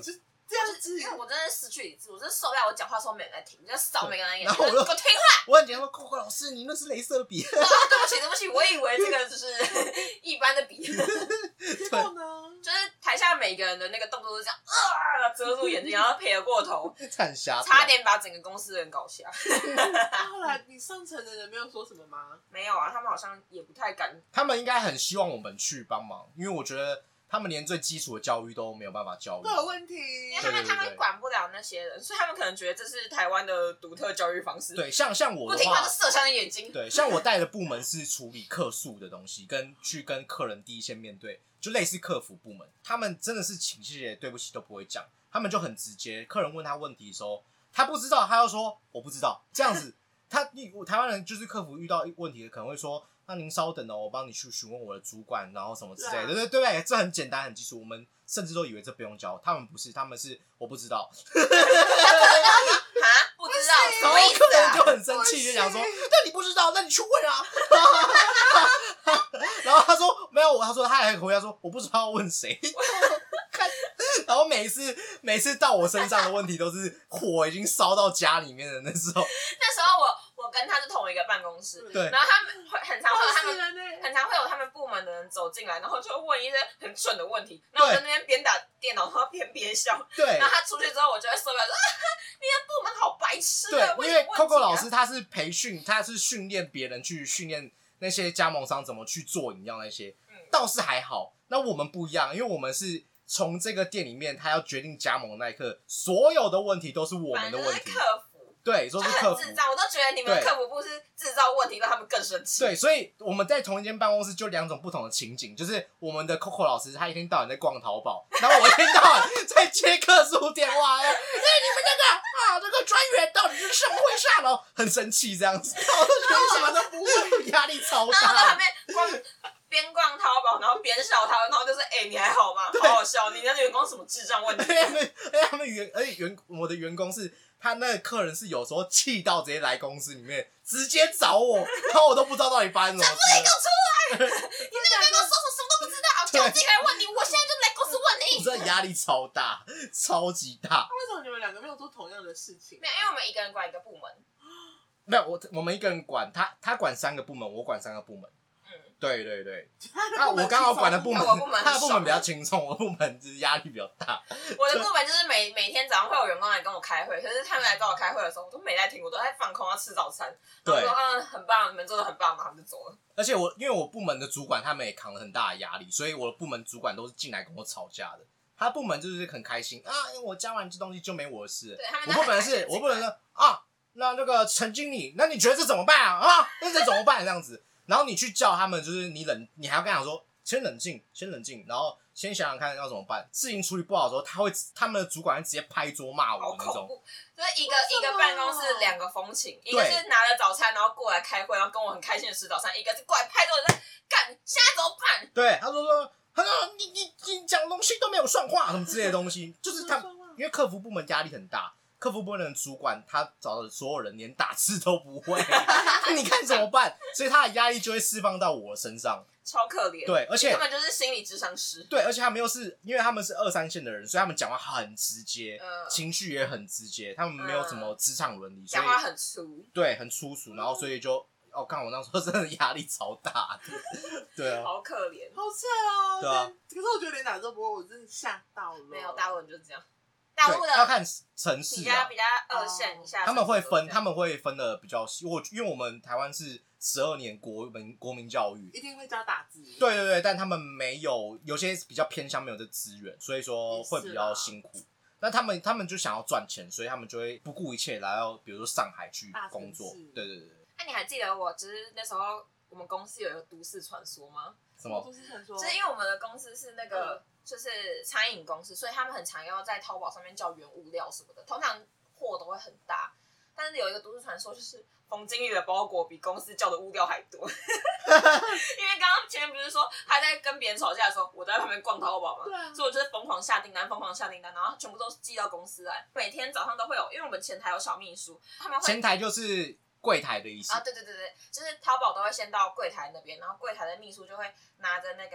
这样子， 因为我真的失去理智，我真的受不了，我讲话的时候没人在听，就扫每个人眼睛， 然后我就给我听话。 我很简单说，Coco 老师，你那是镭射笔。 对不起，对不起，我以为这个就是一般的笔。 之后呢， 就是台下每个人的那个动作都这样啊，遮住眼睛，然后撇过头， 惨瞎， 差点把整个公司的人搞瞎。 那后来你上层的人没有说什么吗？ 没有啊，他们好像也不太敢。 他们应该很希望我们去帮忙，因为我觉得他们连最基础的教育都没有办法教育， 都有问题。 因为他们对对对他们管不了那些人，所以他们可能觉得这是台湾的独特教育方式。 对，像像我不听话的话就射向你眼睛。 对，像我带的部门是处理客诉的东西，跟去跟客人第一线面对，就类似客服部门。他们真的是请谢谢对不起都不会讲，他们就很直接。客人问他问题的时候，他不知道，他要说我不知道，这样子。他台湾人就是客服遇到问题可能会说，那您稍等哦，我帮你去询问我的主管，然后什么之类的，对对对对，这很简单很基础，我们甚至都以为这不用教，他们不是，他们是我不知道。 啊，不知道，什然后么意思啊？ 客人就很生气，就想说，那你不知道，那你去问啊。然后他说没有，他说他还回答说我不知道要问谁。看，然后每次每次到我身上的问题都是火已经烧到家里面的那时候。 那时候我我跟他是同一个办公室， 对， 然后他们会很常会有他们欸、 很常会有他们部门的人走进来，然后就问一些很蠢的问题，然后我在那边边打电脑，然后边憋笑。 对， 然后他出去之后，我就会受不了说啊，你的部门好白痴啊。对，因为 Coco 老师啊他是培训，他是训练别人去训练那些加盟商怎么去做饮料那些， 嗯、 倒是还好。那我们不一样，因为我们是从这个店里面，他要决定加盟的那一刻，所有的问题都是我们的问题。 客服， 对，说是客服， 智障，我都觉得你们的客服部是制造问题，让他们更生气。 对，所以我们在同一间办公室就两种不同的情景，就是我们的 Coco 老师他一天到晚在逛淘宝，然后我一天到晚在接客诉电话，哎、欸，你们那个啊，这个专员到底是什么回事？然后很生气这样子，然后我就觉得什么都不会，压力超大。 然后在旁边光边逛淘宝，然后边笑他，然后就是哎、欸，你还好吗？好好笑，你那员工什么智障问题？ 而且他们员，而且员我的员工是。他那个客人是有时候气到直接来公司里面直接找我，然后我都不知道到底发生什么事。 全部给我出来！你那个员工说我什么都不知道，叫我自己来问你，我现在就来公司问你。 我真的压力超大，超级大。 为什么你们两个没有做同样的事情？ 没有，因为我们一个人管一个部门。 没有，我我们一个人管他，他管三个部门，我管三个部门。对对对，啊，我刚好管的部门，他的部门比较轻松，我的部门就是压力比较大。 我的部门就是每每天早上会有员工来跟我开会，可是他们来找我开会的时候，我都没在听，我都在放空要吃早餐。然后说嗯，很棒，你们做的很棒，然后他们就走了。 而且我因为我部门的主管他们也扛了很大的压力，所以我的部门主管都是进来跟我吵架的。他部门就是很开心啊，因为我加完这东西就没我的事了。 对，他们我部门是，我部门说啊，那那个陈经理，那你觉得这怎么办啊？啊，那这怎么办？这样子。然后你去叫他们，就是你冷，你还要跟他讲说，先冷静，先冷静，然后先想想看要怎么办。事情处理不好的时候，他会，他们的主管会直接拍桌骂我那种。 就是一个一个办公室两个风情，一个是拿了早餐然后过来开会，然后跟我很开心的吃早餐；一个是过来拍桌子在干，现在怎么办？ 对，他说说，他说你你你讲东西都没有算话，什么之类的东西，就是他，因为客服部门压力很大。客服部门的主管，他找的所有人连打字都不会，你看怎么办？所以他的压力就会释放到我身上， 超可怜。 对，而且根本就是心理咨商师。 对，而且他们又是因为他们是二三线的人，所以他们讲话很直接， 嗯、 情绪也很直接，他们没有什么职场伦理， 讲、嗯、话很粗， 对，很粗俗，然后所以就哦，看我那时候真的压力超大的，对啊， 好可怜， 好扯哦。 对啊， 可是我觉得连打这波我真的吓到了。 没有，大陆人就是这样。大陆的要看城市、啊， 比较比较二线以下， 他们会分，他们会分的比较细。我因为我们台湾是十二年国民国民教育， 一定会教打字。 对对对，但他们没有，有些比较偏乡没有这资源，所以说会比较辛苦。那他们他们就想要赚钱，所以他们就会不顾一切来到，比如说上海去工作。对对对。 那、啊、你还记得我就是那时候我们公司有一个都市传说吗？ 什么都市传说？ 就是因为我们的公司是那个。嗯就是餐饮公司，所以他们很常要在淘宝上面叫原物料什么的，通常货都会很大。但是有一个都市传说，就是冯经理的包裹比公司叫的物料还多。因为刚刚前面不是说他在跟别人吵架的时候，我都在旁边逛淘宝嘛， 啊、 所以我就是疯狂下订单，疯狂下订单，然后全部都寄到公司来。每天早上都会有，因为我们前台有小秘书，他们会前台就是柜台的意思啊，对对对对，就是淘宝都会先到柜台那边，然后柜台的秘书就会拿着那个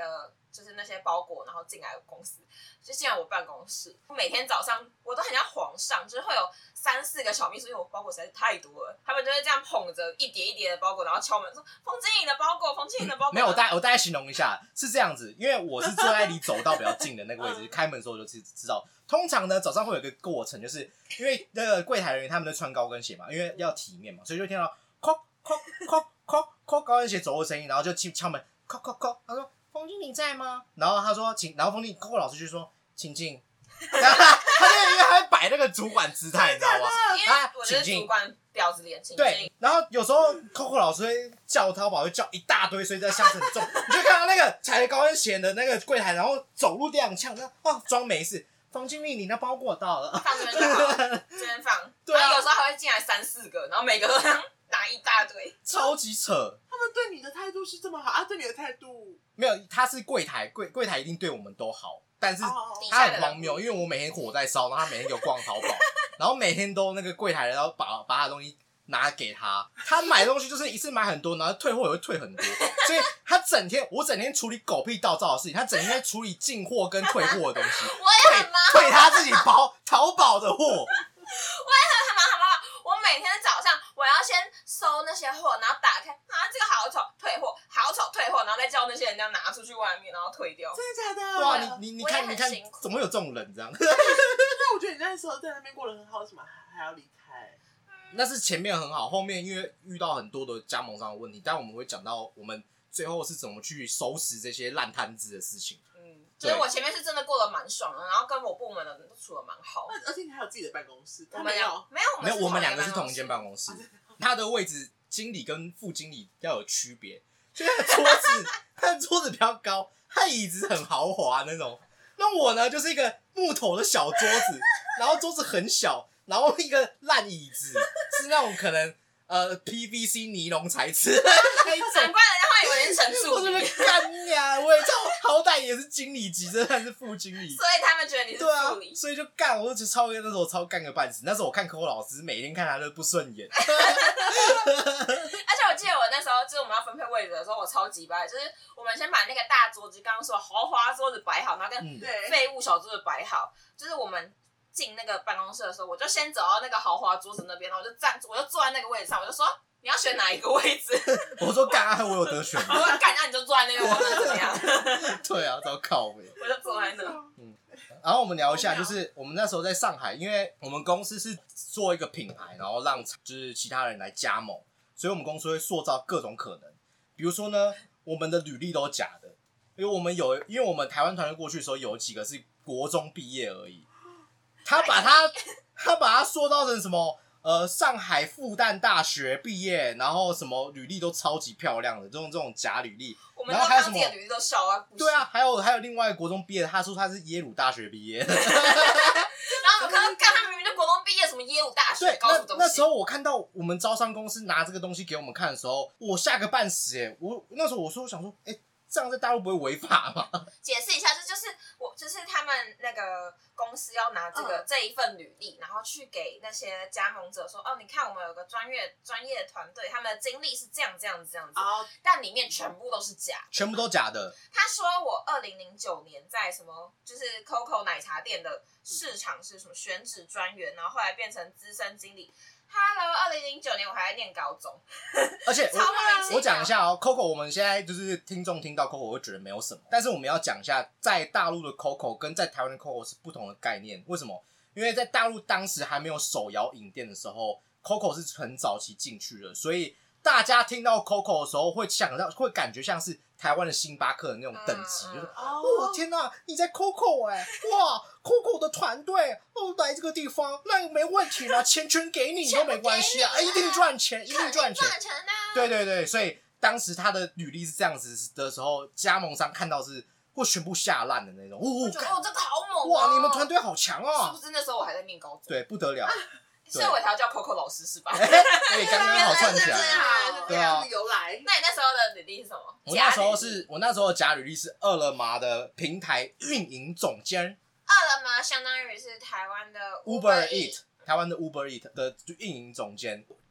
就是那些包裹，然后进来公司，就进来我办公室。每天早上我都很像皇上，就是会有三四个小秘书，因为我包裹实在是太多了，他们就会这样捧着一叠一叠的包裹，然后敲门说：“冯经理的包裹，冯经理的包裹。” 没有，我大概我大概形容一下，是这样子，因为我是坐在离走道比较近的那个位置，开门的时候我就知道。通常呢，早上会有一个过程，就是因为那个柜台人员他们都穿高跟鞋嘛，因为要体面嘛，所以就听到叩叩叩叩叩高跟鞋走路的声音，然后就去敲门，叩叩叩，他说。冯经理在吗？然后他说，请，然后冯经理 Coco 老师就说，请进。然后他他就因为他会摆那个主管姿态，你知道吗？ 因为我觉得主管婊子脸，请进。 对，然后有时候 Coco 老师会叫淘宝，会叫一大堆，所以这箱子很重。你就看到那个踩着高跟鞋的那个柜台，然后走路踉跄，那哦装没事。冯经理，你那包裹到了， 放这边就好，这边放。对啊，然后有时候还会进来三四个，然后每个都拿一大堆， 超级扯。 他们对你的态度是这么好啊？对你的态度没有，他是柜台，柜柜台一定对我们都好，但是他很荒谬，因为我每天火在烧，然后他每天给我逛淘宝，然后每天都那个柜台人要把把他的东西拿给他，他买东西就是一次买很多，然后退货也会退很多，所以他整天我整天处理狗屁倒灶的事情，他整天在处理进货跟退货的东西， 我也很忙， 退他自己包淘宝的货，我也很忙，好不好？我每天早上我要先收那些货，然后打开啊，这个好丑，退货，好丑，退货，然后再叫那些人这样拿出去外面，然后退掉。 真的假的？ 对啊，你你你看你看，怎么会有这种人这样？ 那我觉得你那时候在那边过得很好，为什么还要离开？ 那是前面很好，后面因为遇到很多的加盟商的问题，但我们会讲到我们最后是怎么去收拾这些烂摊子的事情。 嗯，所以我前面是真的过得蛮爽的，然后跟我部门的人都处得蛮好。 而且你还有自己的办公室， 我们有没有？ 没有，我们两个是同一间办公室。他的位置，经理跟副经理要有区别，所以他的桌子，他的桌子比较高，他椅子很豪华那种。那我呢，就是一个木头的小桌子，然后桌子很小。然后一个烂椅子，是那种可能呃 P V C 尼龙材质的那一种， 难怪人家会以为是陈述。 我是不是干呀？我也知道，好歹也是经理级，这还是副经理， 所以他们觉得你是助理， 对啊，所以就干，我就超那时候超干个半死。那时候我看Coco老师，每天看他都不顺眼。而且我记得我那时候就是我们要分配位置的时候，我超级掰，就是我们先把那个大桌子，刚刚说豪华桌子摆好，然后跟废物小桌子摆好，就是我们。进那个办公室的时候，我就先走到那个豪华桌子那边，然后我就站，我就坐在那个位置上，我就说你要选哪一个位置？ 我说干啊，我有得选。 我说干，那你就坐在那边，我能怎么样？ 对啊，糟靠呗。 我就坐在那。 嗯，然后我们聊一下，就是我们那时候在上海，因为我们公司是做一个品牌，然后让就是其他人来加盟，所以我们公司会塑造各种可能。比如说呢，我们的履历都是假的，因为我们有，因为我们台湾团队过去的时候，有几个是国中毕业而已。他把他他把他塑造成什么？呃，上海复旦大学毕业，然后什么履历都超级漂亮的，这种这种假履历。 我们都看自己的履历都笑啊。 对啊，还有还有另外国中毕业的，他说他是耶鲁大学毕业。然后我们看到看他明明就国中毕业，什么耶鲁大学， 对， 搞什么东西？ 那那时候我看到我们招商公司拿这个东西给我们看的时候，我吓个半死哎、欸！我那时候我说我想说，哎、欸。这样在大陆不会违法吗？ 解释一下，这就是我，就是他们那个公司要拿这个、嗯、这一份履历，然后去给那些加盟者说，哦，你看我们有个专业专业的团队，他们的经历是这样这样这样子，哦、但里面全部都是假， 全部都假的。 他说我二零零九年在什么，就是 Coco 奶茶店的市场是什么选址专员，然后后来变成资深经理。Hello， 二零零九年我还在念高中， 而且我我讲一下哦 ，Coco， 我们现在就是听众听到 Coco 我会觉得没有什么，但是我们要讲一下，在大陆的 Coco 跟在台湾的 Coco 是不同的概念。为什么？因为在大陆当时还没有手摇饮店的时候 ，Coco 是很早期进去的，所以大家听到 Coco 的时候会想到，会感觉像是台湾的星巴克的那种等级，嗯、就是哦天哪，你在 Coco 哎、欸，哇 ，Coco 的团队哦来这个地方，那没问题啦，钱全给你都没关系啊，一定赚钱，一定赚钱，对对对，所以当时他的履历是这样子的时候，加盟商看到是会全部吓烂的那种，哦， 我觉得哦这个好猛、哦， 哇，你们团队好强啊！ 是不是那时候我还在念高中？ 对，不得了。 所以我才要叫 Coco 老师是吧？ 哎、欸，刚刚好串起来， 对啊。由来。 那你那时候的履历是什么？ 我那时候是我那时候的假履历是饿了么的平台运营总监。 饿了么相当于是台湾的 Uber Eat， 台湾的 Uber Eat 的运营总监。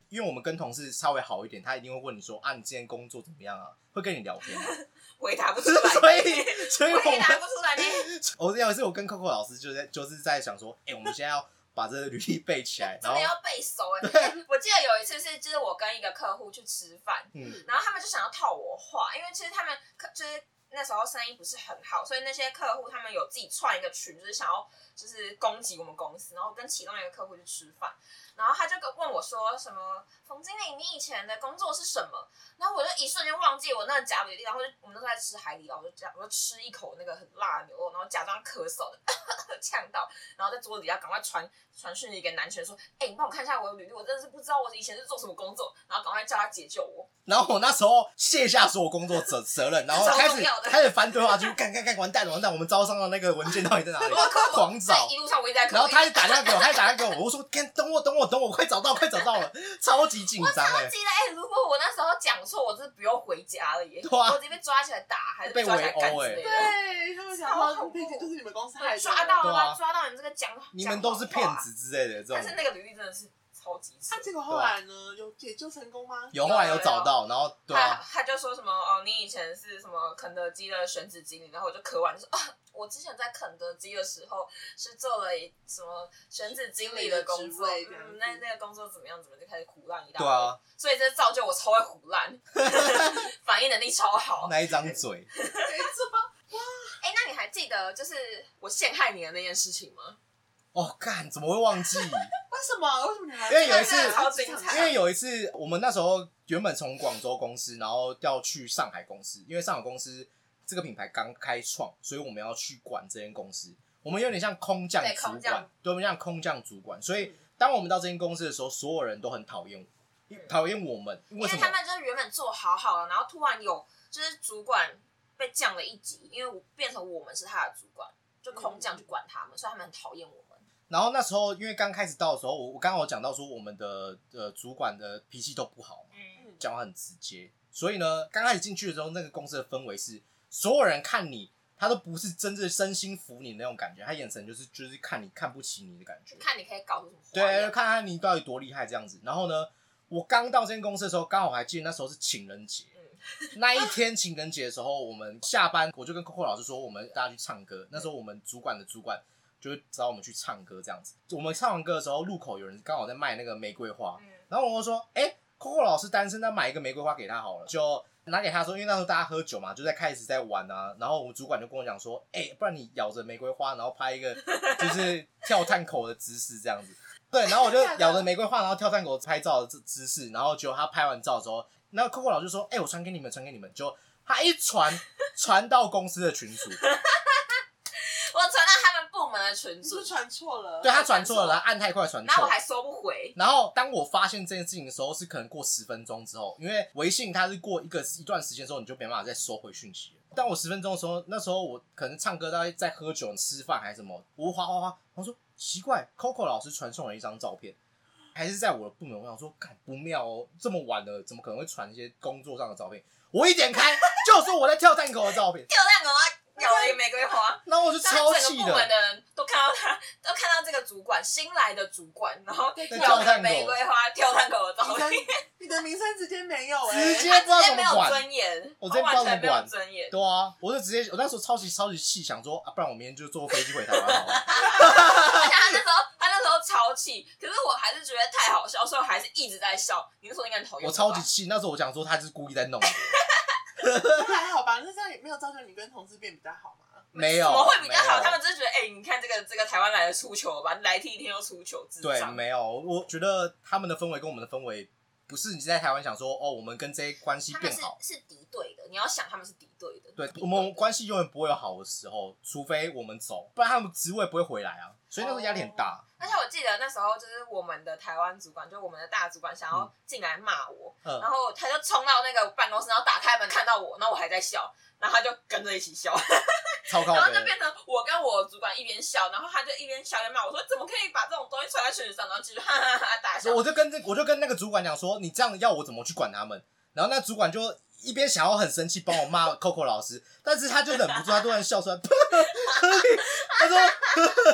因为我们跟同事稍微好一点，他一定会问你说啊，你今天工作怎么样啊？会跟你聊天， 回答不出来， 所以所以我回答不出来呢。 我有一次我跟 Coco 老师就在就是在想说，哎、欸，我们现在要把这个履历背起来， 真的要背熟哎、欸！我记得有一次是，就是我跟一个客户去吃饭，嗯，然后他们就想要套我话，因为其实他们就是那时候生意不是很好，所以那些客户他们有自己创一个群，就是想要就是攻击我们公司，然后跟其中一个客户去吃饭，然后他就问我说什么冯经理，你以前的工作是什么？然后我就一瞬间忘记我那个假履历，然后就我们那时候在吃海底捞，我就我就吃一口那个很辣的牛肉，然后假装咳嗽的呛到，然后在桌子底下赶快传传讯息给男权说，哎、欸，你帮我看一下我的履历，我真的是不知道我以前是做什么工作，然后赶快叫他解救我。 然后我那时候卸下所有工作责责任，然后开始开始翻对话记录，干干干完蛋了完蛋，我们招商的那个文件到底在哪里？狂找， 一路上我一直在， 然后他一打电话给我，他一打电话给我，我说等我等我等我，快找到快找到了，超级紧张哎！ 我超级的哎、欸，如果我那时候讲错，我真的不用回家了耶， 对啊、 我直接被抓起来打，还是被抓起来干之类的。 对，他们讲说毕竟就是你们公司害的， 抓到了吗？ 啊、 抓到你们这个讲， 你们都是骗子之类的这种。 但是那个履历真的是超级扯。 那、啊、结果后来呢？有解救成功吗？ 有，后来有找到，然后对啊， 他他就说什么哦，你以前是什么肯德基的选址经理，然后我就咳完就说啊，我之前在肯德基的时候是做了什么选址经理的工作，嗯，那那个工作怎么样？怎么就开始胡乱一大堆， 对啊， 所以这造就我超会胡乱，反应能力超好， 那一张嘴， 没错，哇， 哎、欸，那你还记得就是我陷害你的那件事情吗？ 哦，干，怎么会忘记？ 为什么？为什么你还？ 因为有一次， 超精彩。 因为有一次，我们那时候原本从广州公司，然后要去上海公司，因为上海公司这个品牌刚开创，所以我们要去管这间公司。我们有点像空降主管，对，我们像空降主管。所以当我们到这间公司的时候，所有人都很讨厌我，讨厌我们。为什么？ 因为他们就是原本做好好的，然后突然有就是主管被降了一级，因为我变成我们是他的主管，就空降去管他们，所以他们很讨厌我们。 然后那时候因为刚开始到的时候，我我刚刚有讲到说我们的呃主管的脾气都不好嘛，嗯，讲话很直接，所以呢，刚开始进去的时候，那个公司的氛围是所有人看你，他都不是真正身心服你的那种感觉，他眼神就是就是看你看不起你的感觉， 看你可以搞出什么花对，看看你到底多厉害这样子。然后呢，我刚到这间公司的时候，刚好还记得那时候是情人节。那一天情人节的时候，我们下班我就跟 Coco 老师说，我们大家去唱歌。那时候我们主管的主管就会找我们去唱歌这样子。我们唱完歌的时候，路口有人刚好在卖那个玫瑰花，然后我就说：“哎、欸、，Coco 老师单身，那买一个玫瑰花给他好了。”就拿给他说，因为那时候大家喝酒嘛，就在开始在玩啊。然后我们主管就跟我讲说：“哎、欸，不然你咬着玫瑰花，然后拍一个就是跳探口的姿势这样子。”对，然后我就咬着玫瑰花，然后跳探狗拍照的姿势，然后结果他拍完照的时候，那 Coco 老师就说：“哎、欸，我传给你们，传给你们。”就他一传传到公司的群组。 我传到他们部门的群组， 你是传错了， 对他传错了，按太快传错， 然后我还收不回。 然后当我发现这件事情的时候，是可能过十分钟之后，因为微信它是过一个一段时间之后，你就没办法再收回讯息了。当我十分钟的时候，那时候我可能唱歌，大概在喝酒、吃饭还是什么，我哗哗哗，我说奇怪 ，Coco 老师传送了一张照片，还是在我的部门，我想说，干不妙哦，这么晚了，怎么可能会传一些工作上的照片？我一点开，就是我在跳探狗的照片， 跳探狗啊！咬了一个玫瑰花， 然后我就超气的。 整个部门的人都看到他，都看到这个主管新来的主管，然后跳了玫瑰花、跳探狗的照片。 你的名声直接没有哎、 欸，直接不知道怎么管， 没有尊严， 我直接不知道怎么管尊严。 对啊，我就直接，我那时候超级超级气，想说啊，不然我明天就坐飞机回台湾好了。 而且他那时候，他那时候超气，可是我还是觉得太好笑，所以我还是一直在笑。你那时候应该很讨厌我。 我超级气，那时候我讲说他是故意在弄的。 还好吧，那这样也没有造就你跟同事变比较好嘛？ 没有， 怎么会比较好？他们只是觉得，哎、欸，你看这个这个台湾来的出糗吧，来第一天又出糗，智障。 对，没有，我觉得他们的氛围跟我们的氛围，不是你在台湾想说，哦，我们跟这些关系变好， 是是敌对的。你要想他们是敌对的， 对，我们关系永远不会有好的时候，除非我们走，不然他们职位不会回来啊。所以那时候压力很大。 哦，而且我记得那时候就是我们的台湾主管，就我们的大主管想要进来骂我，嗯，然后他就冲到那个办公室，然后打开门看到我，然后我还在笑，然后他就跟着一起笑， 超靠北， 然后就变成我跟我主管一边笑，然后他就一边笑一边骂我说：“怎么可以把这种东西传在群组上？”然后继续哈哈哈大笑。 我就跟这我就跟那个主管讲说：“你这样要我怎么去管他们？”然后那主管就一边想要很生气帮我骂 Coco 老师，但是他就忍不住，他突然笑出来，他说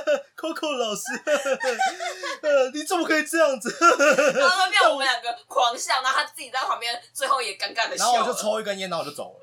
Coco 老师，呃，你怎么可以这样子？ 然后就变我们两个狂笑，然后他自己在旁边，最后也尴尬的笑。 然后我就抽一根烟，然后我就走了。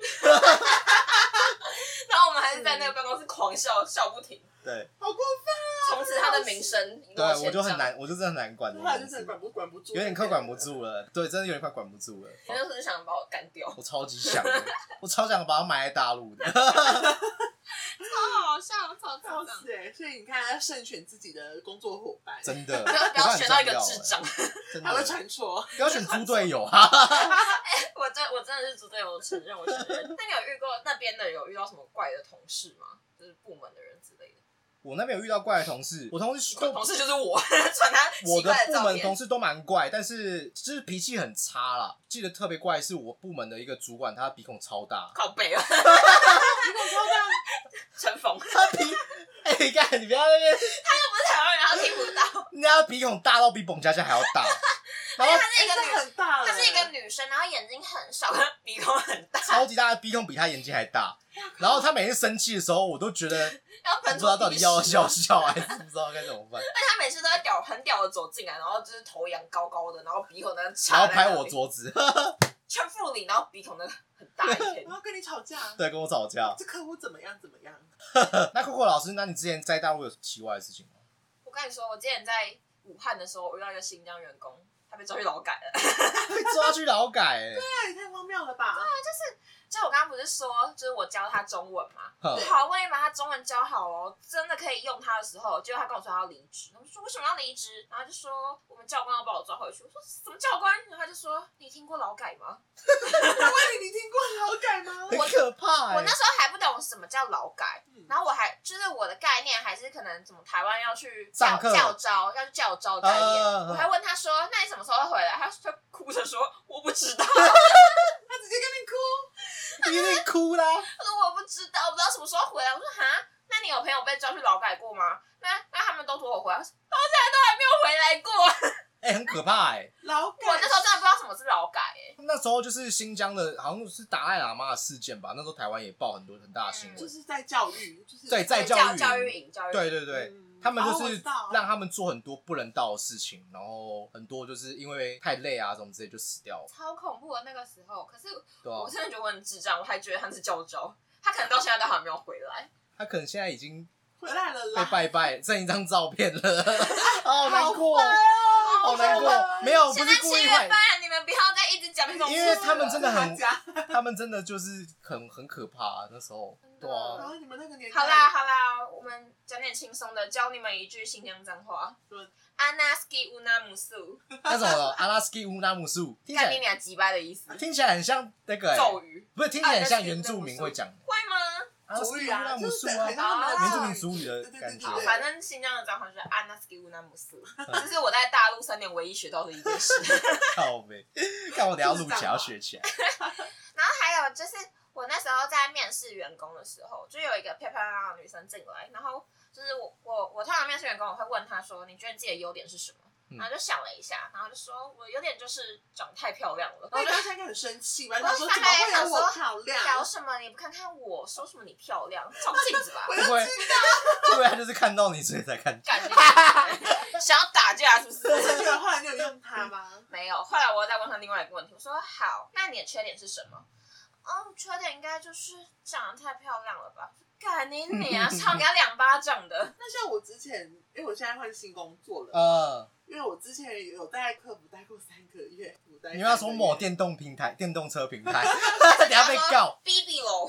然后我们还是在那个办公室狂笑，笑不停。 对， 好过分啊！ 从此他的名声， 对，我就很难，我就真的很难管。 后来就是管不管不住， 有点快管不住了。对，真的有点快管不住了。 你那时候就想把我干掉。 我超级想的，我超想把它埋在大陆的。 超好笑，超超笑死！所以你看，要慎选自己的工作伙伴， 真的， 不要不要选到一个智障， 还会传说， 不要选猪队友哈。 哎，我真我真的是猪队友，我承认，我承认。那你有遇过那边的有遇到什么怪的同事吗？就是部门的人之类的。 我那边有遇到怪的同事，我同事同事就是我，传他我的部门同事都蛮怪，但是就是脾气很差啦。记得特别怪是我部门的一个主管，他鼻孔超大， 靠背啊， 鼻孔超大， 陈峰， 他鼻，哎、欸，干你不要那边， 他又不是台湾人，他听不到， 人家鼻孔大到比蹦佳佳还要大， 然后她是一个女， 很大， 她是一个女生，然后眼睛很小，鼻孔很大， 超级大的鼻孔比她眼睛还大。然后他每次生气的时候，我都觉得要喷不知道到底要笑笑还是不知道该怎么办。 而且他每次都在屌很屌的走进来，然后就是头仰高高的，然后鼻孔那然后拍我桌子， 全副里，然后鼻孔那个很大一片， 然后跟你吵架， 对，跟我吵架。 这客户怎么样怎么样？ 那 Coco 老师，那你之前在大陆有奇怪的事情吗？ 我跟你说，我之前在武汉的时候，我遇到一个新疆员工，他被抓去劳改了， 被抓去劳改、欸， 对啊，也太荒谬了吧！ 对啊，就是。就我刚刚不是说，就是我教他中文嘛， 对好不容易把他中文教好哦，真的可以用他的时候，结果他跟我说他要离职，我就说为什么要离职？然后他就说我们教官要把我抓回去，我说什么教官？然后他就说你听过劳改吗？ 我问你，你听过劳改吗？ 很可怕、欸。 我那时候还不懂什么叫劳改，嗯、然后我还就是我的概念还是可能怎么台湾要去教教招，要去教招的概念，呃、我还问他说那你什么时候会回来？他他哭着说我不知道， 他直接跟你哭。 你有点哭啦！ 他说我不知道，我不知道什么时候回来。我说哈，那你有朋友被抓去劳改过吗？那那他们都说我回来，到现在都还没有回来过。 哎、欸，很可怕哎、欸！ 劳改， 我那时候真的不知道什么是劳改哎、欸。 那时候就是新疆的，好像是达赖喇嘛的事件吧？那时候台湾也报很多很大的新闻、嗯， 就是在教育，就是对在教教育教育营，教育对对对。嗯他们就是让他们做很多不人道的事情，然后很多就是因为太累啊什么之类就死掉了， 超恐怖的那个时候。可是我真的觉得我很智障，我还觉得他是教招，他可能到现在都还没有回来。 他可能现在已经回来了啦， 被拜拜，剩一张照片了，好难过， 好难过。没有，不是故意坏。 你们不要再一直讲这种事， 因为他们真的很，他们真的就是很很可怕、啊、那时候。对啊。 然后你们那个年代， 好啦好啦，我们讲点轻松的，教你们一句新疆脏话。阿纳斯基乌纳姆苏。 那什么？阿拉斯基乌纳姆苏。 干你俩鸡掰的意思。 听起来很像那个、欸、 咒语， 不是听起来很像原住民会讲。 会吗？ 族语啊， 就是原住民族语的感觉。 反正新疆的脏话就是阿纳斯基乌纳姆苏，这是我在大陆三年唯一学到的一件事。 靠北，看我等一下录起来要学起来。 然后还有就是，我那时候在面试员工的时候，就有一个漂漂亮亮的女生进来，然后就是我我我通常面试员工，我会问她说：“你觉得自己的优点是什么？”然后就想了一下，然后就说我有点就是长得太漂亮了。 我当时应该很生气吧？他说怎么会有我漂亮？ 聊什么？你不看看我，说什么你漂亮？照镜子吧。 我就知道， 会不会他就是看到你所以才看？ 感觉想要打架是不是？ 结果后来你有用他吗？ 没有。后来我再问他另外一个问题，我说好，那你的缺点是什么？哦，缺点应该就是长得太漂亮了吧？干你你啊，唱给他两巴掌的。 那像我之前，因为我现在换新工作了， 呃， 因为我之前有在客服待过三个月， 你要说某电动平台、电动车平台，等下被告。 B B 喽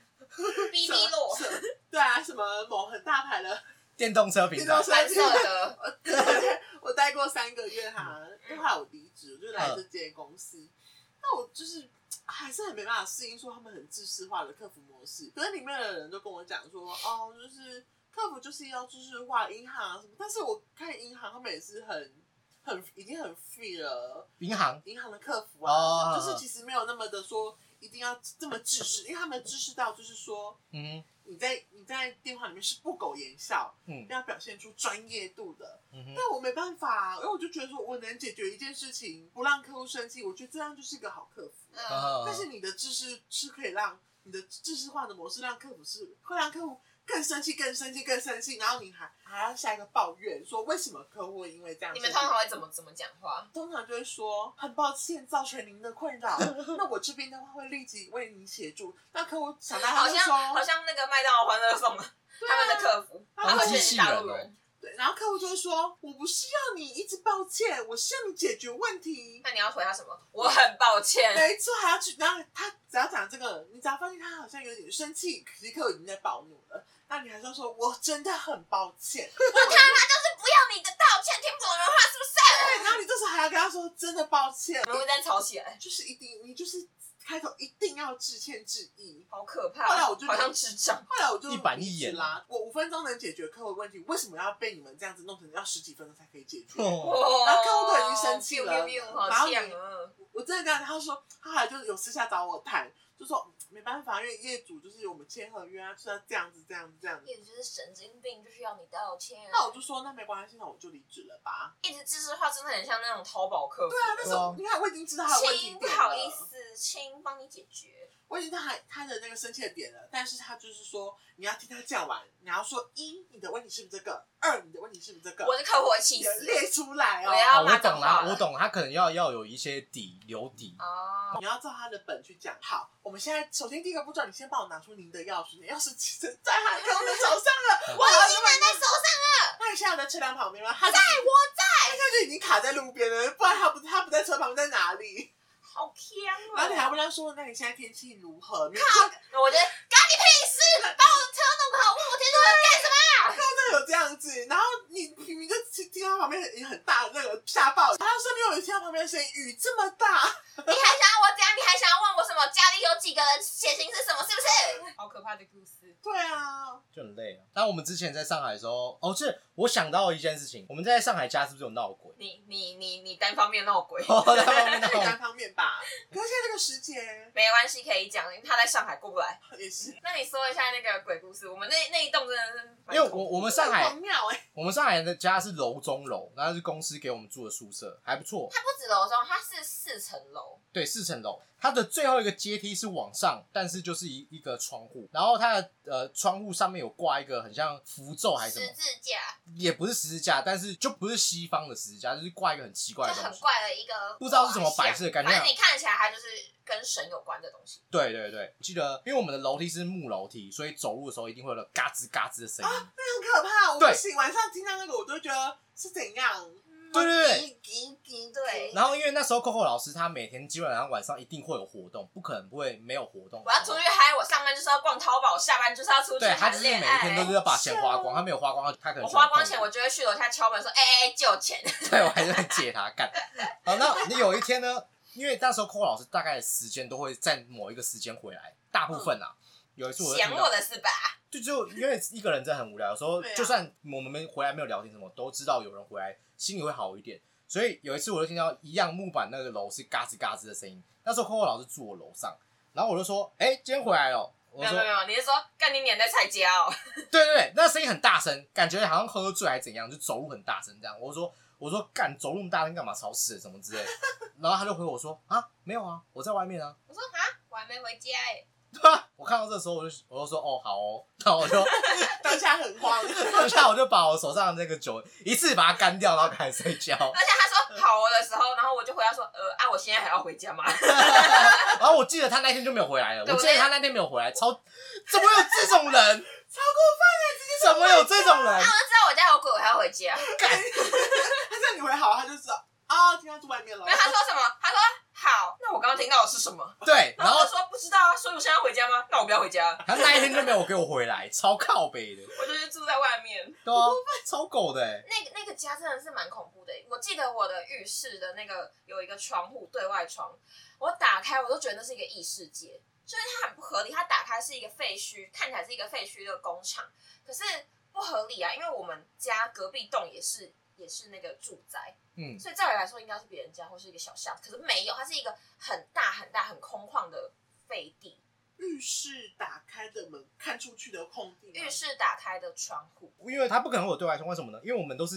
，B B 喽， 对啊，什么某很大牌的电动车平台， 蓝色的。 我待过三个月哈，因为后来我离职，我就来这间公司，那我就是。还是很没办法适应说他们很制式化的客服模式，可是里面的人都跟我讲说，哦，就是客服就是要制式化，银行啊什么，但是我看银行他们也是很很已经很 free 了， 银行银行的客服啊， 哦、 就是其实没有那么的说一定要这么制式，因为他们知识到就是说，嗯，你在你在电话里面是不苟言笑，嗯，要表现出专业度的，嗯，但我没办法，因为我就觉得说我能解决一件事情，不让客户生气，我觉得这样就是一个好客服。嗯，但是你的知识是可以让你的知识化的模式让客服是会让客户更生气更生气更生气，然后你还还要下一个抱怨说为什么客户会因为这样， 你们通常会怎么怎么讲话？ 通常就会说很抱歉造成您的困扰，那我这边的话会立即为您协助。那客户想到他就说好像好像那个麦当劳欢乐颂、啊、他们的客服，他们是大陆人。 对，然后客户就会说：“我不是要你一直抱歉，我是要你解决问题。” 那你要回他什么？我很抱歉。 没错，还要去，然后他只要讲这个，你只要发现他好像有点生气，可是客户已经在暴怒了，那你还是要说：“我真的很抱歉。” 我他妈就是不要你的道歉，听不懂人话是不是？ 对，然后你这时候还要跟他说：“真的抱歉。” 我们会再吵起来， 就是一定，你就是开头一定要致歉致意， 好可怕。 后来我就好像智障， 后来我就一板一眼啦。我五分钟能解决客户问题，为什么要被你们这样子弄成要十几分钟才可以解决？ 哦、 然后客户都已经生气了， 好然后你啊！ 我真的跟他说，他后来就有私下找我谈，就说、嗯、没办法，因为业主就是我们签合约啊，就是要这样子这样子这样子。 业主就是神经病，就是要你道歉。 那我就说那没关系，那我就离职了吧。 一直知识化真的很像那种淘宝客服。 对啊，那时候你看我已经知道他的问题点了， 亲，不好意思，亲，帮你解决。 我已经知道他他的那个生气的点了，但是他就是说你要听他讲完，你要说一你的问题是不是这个，二你的问题是不是这个， 我的客户会气死， 列出来哦。 我要哦我懂啦，我懂，他可能要要有一些底留底哦。 你要照他的本去讲。好，我们现在首先第一个步骤，你先帮我拿出您的钥匙，你钥匙其实在他客户的手上了， 我已经拿在手上了。 那你现在有在车辆旁边吗？他在，我在。 他现在就已经卡在路边了，不然他不他不在车旁边在哪里？ 好香哦！ 然后你还问他说：“那你现在天气如何？” 靠！我觉得干你屁事！把我的车弄好，问我天气我干什么？ 客户真的有这样子，然后你明明就听到旁边很很大的那个下暴雨，然后身边有听到旁边的声音，雨这么大， 你还想要我怎样？你还想要问我什么？家里有几个人？血型是什么？是不是？好可怕的故事。 对啊， 就很累啊。但我们之前在上海的时候，哦，是我想到一件事情，我们在上海家是不是有闹鬼？ 你你你你单方面闹鬼？ 哦，单方面闹鬼， 单方面吧。可是现在这个时节， 没关系，可以讲，因为他在上海过不来。 也是。 那你说一下那个鬼故事。我们那那一栋真的是， 因为我我们上海， 妙哎、欸， 我们上海的家是楼中楼，然后是公司给我们住的宿舍，还不错。 它不止楼中，它是四层楼。 对，四层楼，它的最后一个阶梯是往上，但是就是一一个窗户，然后它的呃窗户上面有挂一个很像符咒还是什么十字架， 也不是十字架，但是就不是西方的十字架，就是挂一个很奇怪的东西， 就很怪的一个， 不知道是什么摆设，感觉反正你看起来它就是跟神有关的东西。 对对对，记得，因为我们的楼梯是木楼梯，所以走路的时候一定会有嘎吱嘎吱的声音， 啊，那很可怕。我不行，晚上听到那个我都觉得是怎样。 对对对， 对。 然后因为那时候 Coco 老师他每天基本上晚上一定会有活动，不可能不会没有活动。 我要出去嗨，我上班就是要逛淘宝，下班就是要出去对，他就是每一天都是要把钱花光，他没有花光，他可能我花光钱，我就会去楼下敲门说：“哎、欸、哎，借我钱。” 对，我还是会借他干。好，那你有一天呢？因为那时候 Coco 老师大概的时间都会在某一个时间回来，大部分啊。嗯、有一次我想我的是吧？ 就就因为一个人真的很无聊，有时候就算我们回来没有聊天什么，都知道有人回来，心里会好一点。所以有一次我就听到一样木板那个楼是嘎吱嘎吱的声音，那时候 Coco 老师住我楼上，然后我就说：“哎、欸，今天回来了。” 没有没有没有，你是说干你脸在菜家哦？ 对对对，那声音很大声，感觉好像喝醉还是怎样，就走路很大声这样。我说我说干走路那么大声干嘛？吵死了什么之类的。然后他就回我说：“啊，没有啊，我在外面啊。” 我说：“啊，我还没回家哎。” 对啊，我看到这时候我就我就说哦好哦，然后我就当下很慌， 当下我就把我手上的那个酒一次把它干掉，然后开始睡觉。 而且他说好哦的时候，然后我就回答说呃啊，我现在还要回家吗？ 然后我记得他那天就没有回来了，我记得他那天没有回来，超怎么有这种人？ 超过分了，直接怎么有这种人？ 啊，我就知道我家有鬼，我还要回家。 干，他叫你回好，他就知道啊，听到住外面了。 没有，他说什么？他说。好，那我刚刚听到的是什么？ 对， 然后我说不知道啊，所以我现在要回家吗？那我不要回家。 他那一天就没有给我回来，超靠北的。 我就是住在外面。 对啊，超狗的哎。 那个那个家真的是蛮恐怖的。我记得我的浴室的那个有一个窗户，对外窗，我打开我都觉得那是一个异世界，就是它很不合理。它打开是一个废墟，看起来是一个废墟的工厂，可是不合理啊，因为我们家隔壁栋也是。也是那个住宅，嗯，所以照理来说应该是别人家或是一个小巷子，可是没有，它是一个很大很大很空旷的废地。 浴室打开的门看出去的空地， 浴室打开的窗户， 因为它不可能会有对外窗，为什么呢？因为我们都是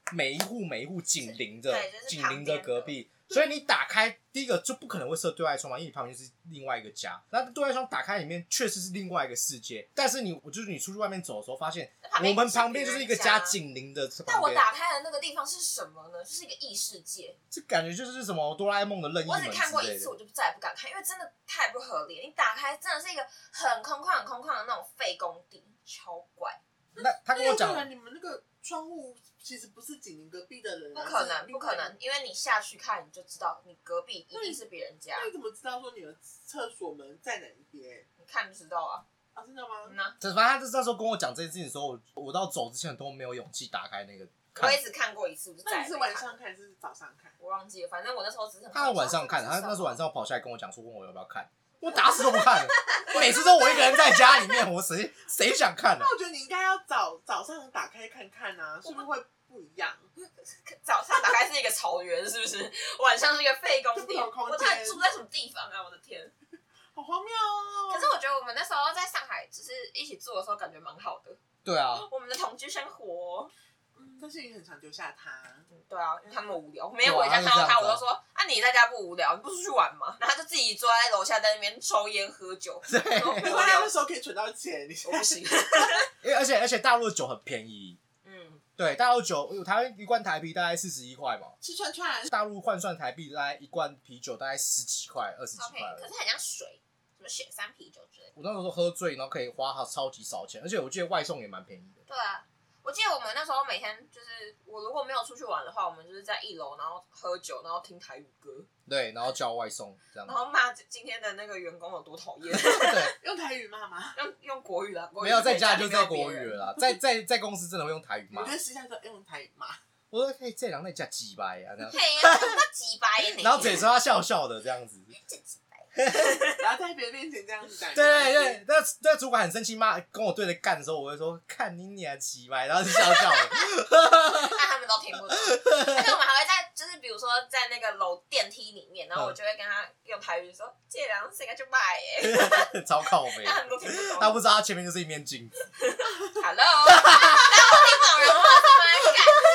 每一户每一户紧邻着，紧邻着隔壁。所以你打开第一个就不可能会设对外窗嘛，因为你旁边是另外一个家。那对外窗打开里面确实是另外一个世界，但是你我就是你出去外面走的时候，发现我们旁边就是一个家紧邻的。 但我打开的那个地方是什么呢？就是一个异世界。 这感觉就是什么哆啦 A 梦的任意门之类的。 我只看过一次，我就再也不敢看，因为真的太不合理。你打开真的是一个很空旷、很空旷的那种废工地，超怪。 那他跟我讲， 你们那个窗户其实不是紧邻隔壁的人、 啊，不可能，不可能，因为你下去看你就知道，你隔壁一定是别人家。 那你怎么知道说你的厕所门在哪一边？ 你看就知道啊。 啊，真的吗？ 嗯啊。 反正他那时候跟我讲这件事情的时候，我我到走之前都没有勇气打开那个。 我也只看过一次，我就再也没看。 那你是晚上看还是早上看？ 我忘记了，反正我那时候只是他晚上看，他那时候晚上跑下来跟我讲说，问我要不要看。我打死都不看了，每次都我一个人在家里面，我谁谁想看呢、啊？ 那我觉得你应该要早早上打开看看啊，是不是会不一样？ 早上打开是一个草原，是不是？晚上是一个废工地，我到底住在什么地方啊？我的天， 好荒谬哦！ 可是我觉得我们那时候在上海，就是一起住的时候，感觉蛮好的。 对啊， 我们的同居生活。 嗯，但是你很常丢下他。 嗯，对啊，因为他那么无聊。每天回家看到他，我都说：“啊，你在家不无聊？你不出去玩吗？”然后他就自己坐在楼下，在那边抽烟喝酒。 对， 没关系，那时候可以存到钱。 我不行。 因为而且而且大陆的酒很便宜。 嗯， 对，大陆酒，台湾一罐台啤大概四十一块嘛。 吃串串。 大陆换算台币，大概一罐啤酒大概十几块、二十几块。 可是很像水，什么雪山啤酒之类的。 我那时候喝醉，然后可以花超级少钱，而且我记得外送也蛮便宜的。 对啊。我记得我们那时候每天就是，我如果没有出去玩的话，我们就是在一楼，然后喝酒，然后听台语歌， 对，然后叫外送这样， 然后骂今天的那个员工有多讨厌。 对， 用台语骂吗？ 用用国语啦，国语没有在家就在国语了啦，在在在公司真的会用台语骂。 我觉得私下说用台语骂。 我说嘿，这两那叫鸡掰啊，这样。 嘿呀，他鸡掰耶！ 然后嘴说他笑笑的这样子。 然后在别人面前这样子讲， 对对对，那那主管很生气骂跟我对着干的时候，我会说看你娘鸡掰，然后就笑笑的。 那他们都听不懂，而且我们还会在就是比如说在那个楼电梯里面，然后我就会跟他用台语说这两谁个就卖耶，超靠北， 他们都听不懂， 他不知道他前面就是一面镜子。 Hello， 然后听不懂人话怎么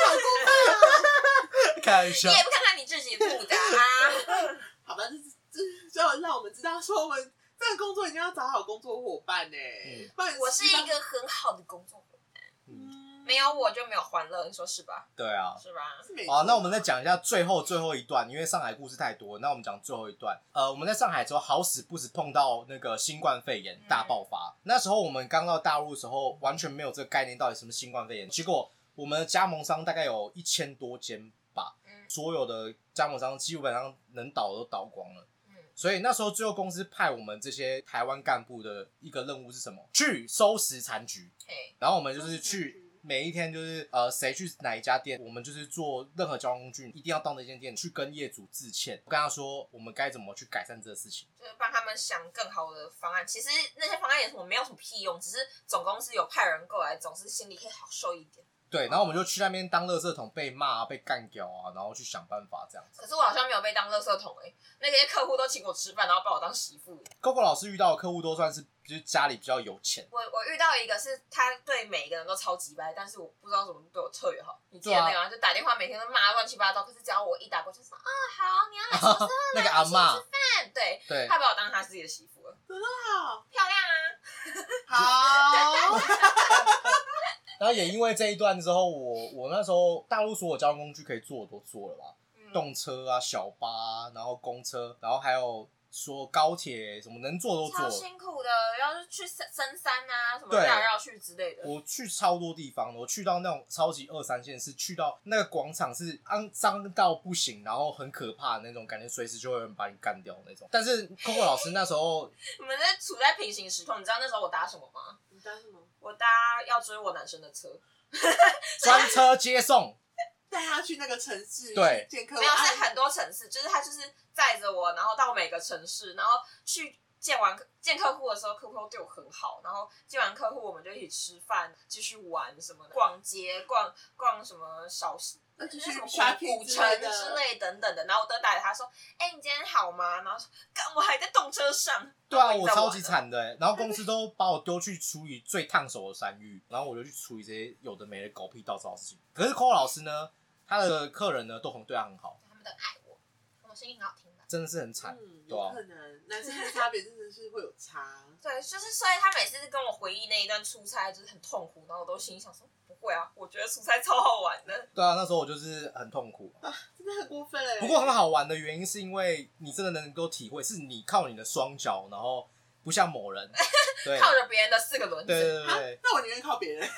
干？开玩笑， 你也不看看你自己的负担啊？ 好吧，这这就让我们知道说我们这个工作一定要找好工作伙伴呢、欸。嗯， 我是一个很好的工作伙伴，嗯，没有我就没有欢乐，你说是吧？ 对啊， 是吧？ 好，那我们再讲一下最后最后一段，因为上海故事太多，那我们讲最后一段。呃，我们在上海之后，好死不死碰到那个新冠肺炎大爆发。嗯、那时候我们刚到大陆的时候，完全没有这个概念，到底什么新冠肺炎。结果我们的加盟商大概有一千多间吧，嗯、所有的加盟商基本上能倒的都倒光了。所以那时候最后公司派我们这些台湾干部的一个任务是什么？去收拾残局。然后我们就是去每一天就是呃谁去哪一家店，我们就是做任何交通工具一定要到那间店去跟业主致歉，我跟他说我们该怎么去改善这个事情， 就是帮他们想更好的方案。其实那些方案也什么没有什么屁用，只是总公司有派人过来，总是心里可以好受一点。 对，然后我们就去那边当垃圾桶，被骂啊，被干掉啊，然后去想办法这样子。 可是我好像没有被当垃圾桶哎、欸，那些客户都请我吃饭，然后把我当媳妇。 Coco 老师遇到的客户都算是就是家里比较有钱。 我我遇到一个是他对每个人都超级掰，但是我不知道怎么对我特别好。你记得那个吗？啊、就打电话每天都骂乱七八糟，可是只要我一打过去说啊好，你要来吃饭， 那个阿嬷， 对对， 他把我当他自己的媳妇了， 真的好漂亮啊，好。 然后也因为这一段之后，我我那时候大陆所有交通工具可以坐的都坐了吧，嗯、动车啊、小巴啊，然后公车，然后还有说高铁什么能坐都坐了。 超辛苦的，要是去深山啊，什么绕绕去之类的。 我去超多地方的，我去到那种超级二三线，是去到那个广场是肮脏到不行，然后很可怕的那种，感觉随时就会有人把你干掉那种。但是 Coco 老师那时候， 我们在处在平行时空，你知道那时候我搭什么吗？ 你搭什么？ 我搭要追我男生的车， 专车接送， 带他去那个城市， 对， 见客户， 没有是很多城市，就是他就是载着我，然后到每个城市，然后去见完见客户的时候，客户都对我很好，然后见完客户我们就一起吃饭，继续玩什么的，逛街，逛逛什么小那就是什么古城之类等等的，然后我都带着他说：“哎、欸，你今天好吗？”然后说：“干，我还在动车上。” 对啊，我超级惨的、欸，然后公司都把我丢去处理最烫手的山芋，然后我就去处理这些有的没的狗屁倒灶的事情。可是 Coco 老师呢， 他的客人呢都很对他很好， 他们都爱我，我声音很好听吧？ 真的是很惨， 嗯， 对啊有可能男生的差别真的是会有差。 对，就是所以他每次跟我回忆那一段出差就是很痛苦，然后我都心里想说不会啊，我觉得出差超好玩的。 对啊，那时候我就是很痛苦啊，真的很过分哎。 不过很好玩的原因是因为你真的能够体会，是你靠你的双脚，然后不像某人对靠着别人的四个轮子。 对对对对、 啊，那我宁愿靠别人。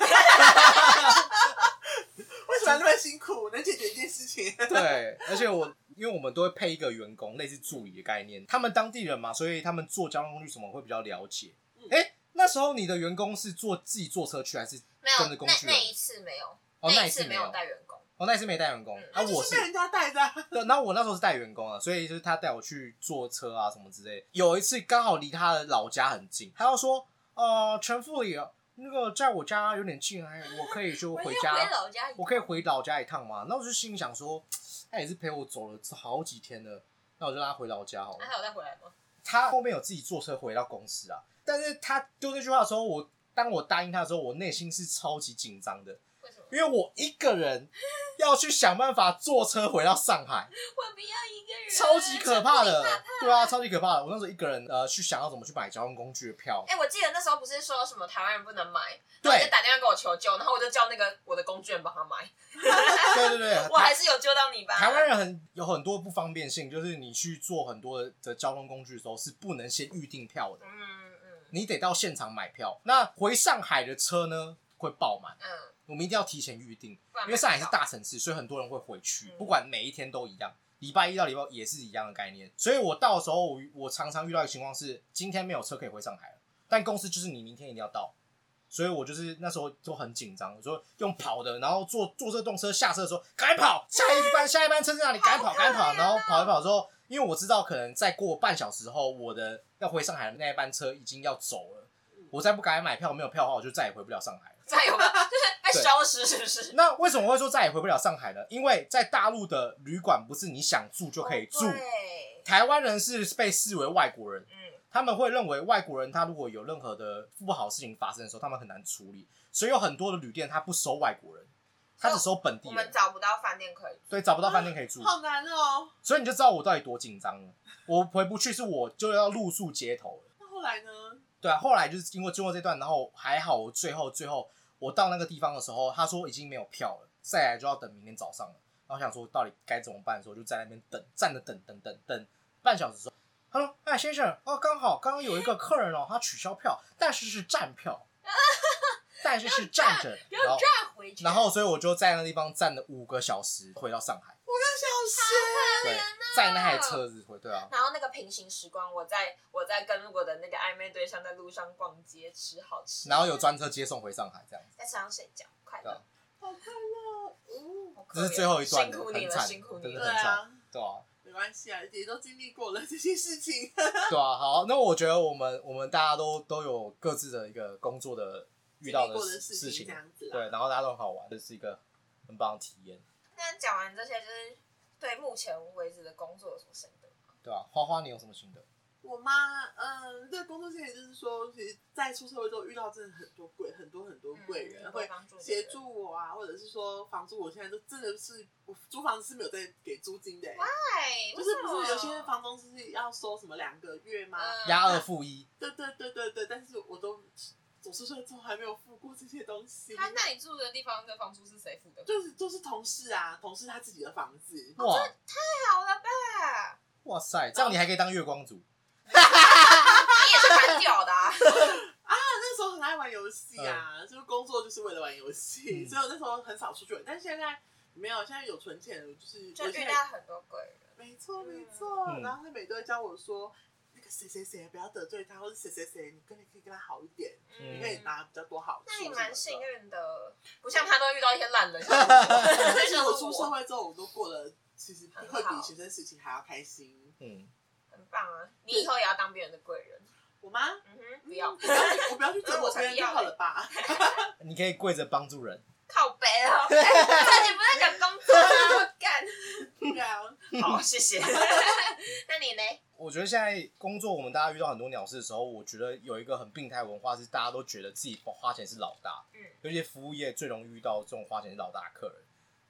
为什么要那么辛苦？能解决一件事情。 对，而且我因为我们都会配一个员工，类似助理的概念，他们当地人嘛，所以他们坐交通工具什么会比较了解。哎、嗯，那时候你的员工是坐自己坐车去，还是跟着工具人？ 没有，那那一次没有。 哦， 那一次没有带员工。 哦，那一次没带员工。嗯、啊，我是被人家带的、啊。 对，然后我那时候是带员工啊，所以就是他带我去坐车啊什么之类的。有一次刚好离他的老家很近，他要说，呃，陈副理，那个在我家有点近，哎，我可以就回家， 回老家我可以回老家一趟吗？那我就心里想说，他也是陪我走了好几天了，那我就让他回老家好了。 那、啊、他有再回来吗？ 他后面有自己坐车回到公司啊，但是他丢这句话的时候，我当我答应他的时候，我内心是超级紧张的。 为什么？ 因为我一个人要去想办法坐车回到上海， 我不要一个人， 超级可怕的，对啊，超级可怕的。我那时候一个人呃去想要怎么去买交通工具的票。 哎、欸，我记得那时候不是说什么台湾人不能买， 对， 然后就打电话给我求救，然后我就叫那个我的工具人帮他买。 对对对， 我还是有救到你吧。 台湾人很有很多不方便性，就是你去做很多的交通工具的时候是不能先预订票的， 嗯嗯， 你得到现场买票。那回上海的车呢会爆满， 嗯， 我们一定要提前预定，因为上海是大城市，所以很多人会回去， 嗯、 不管每一天都一样。礼拜一到礼拜也是一样的概念，所以我到的时候我，我常常遇到一个情况是，今天没有车可以回上海了，但公司就是你明天一定要到，所以我就是那时候都很紧张，说用跑的，然后坐坐车动车下车的时候赶快跑，下一班下一班车在哪里，赶快跑赶快跑，然后跑一跑之后，因为我知道可能再过半小时后，我的要回上海的那一班车已经要走了，我再不赶快买票，没有票的话，我就再也回不了上海了。 再有吧，就是被消失，是不是？ 那为什么会说再也回不了上海呢？因为在大陆的旅馆不是你想住就可以住， 哦、 台湾人是被视为外国人， 嗯， 他们会认为外国人他如果有任何的不好的事情发生的时候，他们很难处理，所以有很多的旅店他不收外国人，他只收本地人。 我们找不到饭店可以住， 对，找不到饭店可以住， 好难哦。 所以你就知道我到底多紧张了。我回不去，是我就要露宿街头了。 那后来呢？ 对啊，后来就是经过经过这段，然后还好，我最后最后我到那个地方的时候，他说已经没有票了，再来就要等明天早上了。然后想说到底该怎么办的时候，就在那边等，站着等等等等半小时之后，他说：“哎，先生，哦，刚好刚刚有一个客人哦，他取消票，但是是站票，但是是站着， 要站回去。” 然后所以我就在那个地方站了五个小时，回到上海。 五个小时， 对，在那台车子回，对啊。 然后那个平行时光，我在我在跟我的那个暧昧对象在路上逛街，吃好吃， 然后有专车接送回上海，这样子。 在车上睡觉，快乐， 好快乐，嗯， 这是最后一段， 辛苦你了，辛苦你了， 对啊， 对啊， 没关系啊，也都经历过了这些事情， 对啊。好，那我觉得我们我们大家都都有各自的一个工作的遇到的事情， 这样子， 对，然后大家都很好玩，这是一个很棒的体验。 那讲完这些，就是对目前为止的工作有什么心得吗？ 对啊，花花你有什么心得？ 我妈，嗯，这个工作经验就是说，其实，在出社会之后遇到真的很多贵，很多很多贵人、嗯、会协助我啊，或者是说房租，我现在都真的是我租房子是没有在给租金的、欸， Why？ 就是不是有些房东是要收什么两个月吗？ 押、嗯、二付一。 对对对对对，但是我都走出社会之后还没有付过这些东西。 他那你住的地方的房租是谁付的？ 就是就是同事啊，同事他自己的房子。 哇，哦、太好了吧！ 哇塞，这样你还可以当月光族。 你也是蛮屌的啊！ 啊，那时候很爱玩游戏啊，嗯、就是工作就是为了玩游戏，嗯、所以我那时候很少出去玩。但现在没有，现在有存钱，就是就遇到很多贵人。 没错没错， 嗯、 然后他每都会教我说，那个谁谁谁不要得罪他，或者谁谁谁你跟你可以跟他好一点，嗯、你可以拿比较多好处。 那你蛮幸运的，不像他都遇到一些烂人。 但是我出社会之后，我都过得其实会比学生时期还要开心。 嗯。 很棒啊！你以后也要当别人的贵人。 我吗？ 嗯哼，不要， 我不要去，我不要去折磨别人就好了吧？ 你可以跪着帮助人。 靠北哦！这你不在讲工作啊？干。 对啊。 好，谢谢。那你呢？ 我觉得现在工作，我们大家遇到很多鸟事的时候，我觉得有一个很病态文化是，大家都觉得自己花钱是老大。嗯。尤其服务业最容易遇到这种花钱是老大的客人。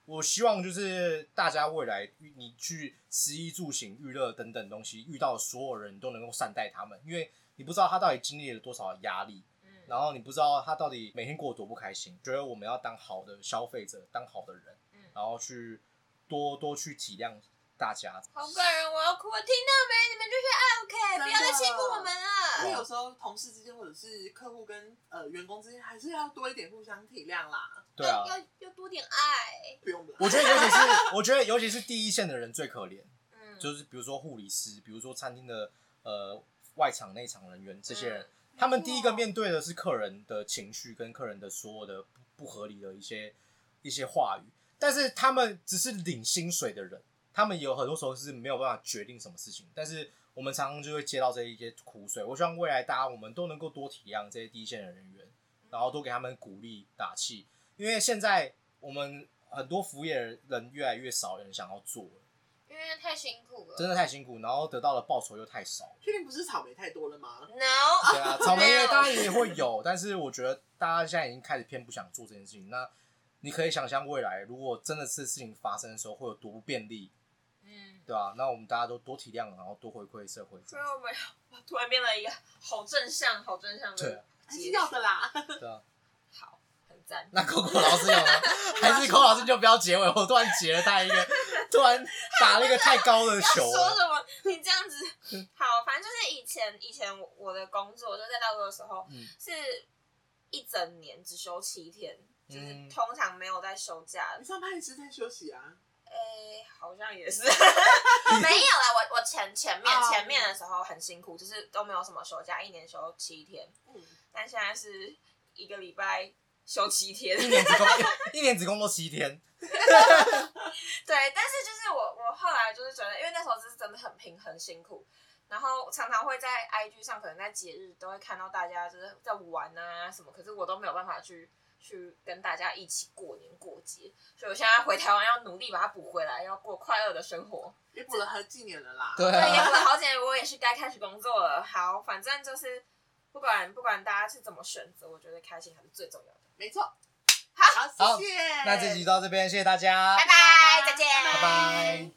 我希望就是大家未来你去食衣住行娱乐等等东西遇到的所有人都能够善待他们，因为你不知道他到底经历了多少压力，嗯，然后你不知道他到底每天过得多不开心。觉得我们要当好的消费者，当好的人，嗯，然后去多多去体谅大家。 好感人，我要哭了！听到没？你们就是爱 OK， 不要再欺负我们了。 因为有时候同事之间或者是客户跟呃员工之间，还是要多一点互相体谅啦。 对啊， 要要多点爱。 不用了。 我觉得尤其是我觉得尤其是第一线的人最可怜，嗯，就是比如说护理师，比如说餐厅的呃外场内场人员这些人，嗯，他们第一个面对的是客人的情绪跟客人的所有的不合理的一些一些话语，但是他们只是领薪水的人。他们有很多时候是没有办法决定什么事情，但是我们常常就会接到这一些苦水。我希望未来大家我们都能够多体谅这些第一线的人员，然后多给他们鼓励打气，因为现在我们很多服务业人越来越少人想要做了， 因为太辛苦了， 真的太辛苦，然后得到的报酬又太少。 确定不是草莓太多了吗 ？No， 对啊，草莓当然也会有，但是我觉得大家现在已经开始偏不想做这件事情。那你可以想象未来如果真的是事情发生的时候会有多不便利。嗯，对啊，那我们大家都多体谅，然后多回馈社会。 所以我们突然变了一个好正向、好正向的， 对，还是要的啦。 对啊， 好，很赞。 那 Coco 老师有吗？还是 Coco 老师就不要结尾？我突然结了他一个，突然打了一个太高的球。 说什么？你这样子，好，反正就是以前以前我的工作就在大陆的时候，嗯，是一整年只休七天，就是通常没有在休假。 你上班也是在休息啊？ 诶、欸，好像也是，没有啦。我我前前面、oh, 前面的时候很辛苦，就是都没有什么休假，一年休七天。嗯，但现在是一个礼拜休七天， 一年只工一年只工作七天。 对，但是就是我我后来就是觉得，因为那时候就是真的很拼很辛苦，然后常常会在 I G 上，可能在节日都会看到大家就是在玩啊什么，可是我都没有办法去。去跟大家一起过年过节，所以我现在回台湾要努力把它补回来，要过快乐的生活。 也补了好几年了啦， 对、啊， 也补了好几年，我也是该开始工作了。好，反正就是不管不管大家是怎么选择，我觉得开心还是最重要的。 没错。 好， 好，谢谢。 那这集到这边，谢谢大家， 拜拜，再见， 拜拜。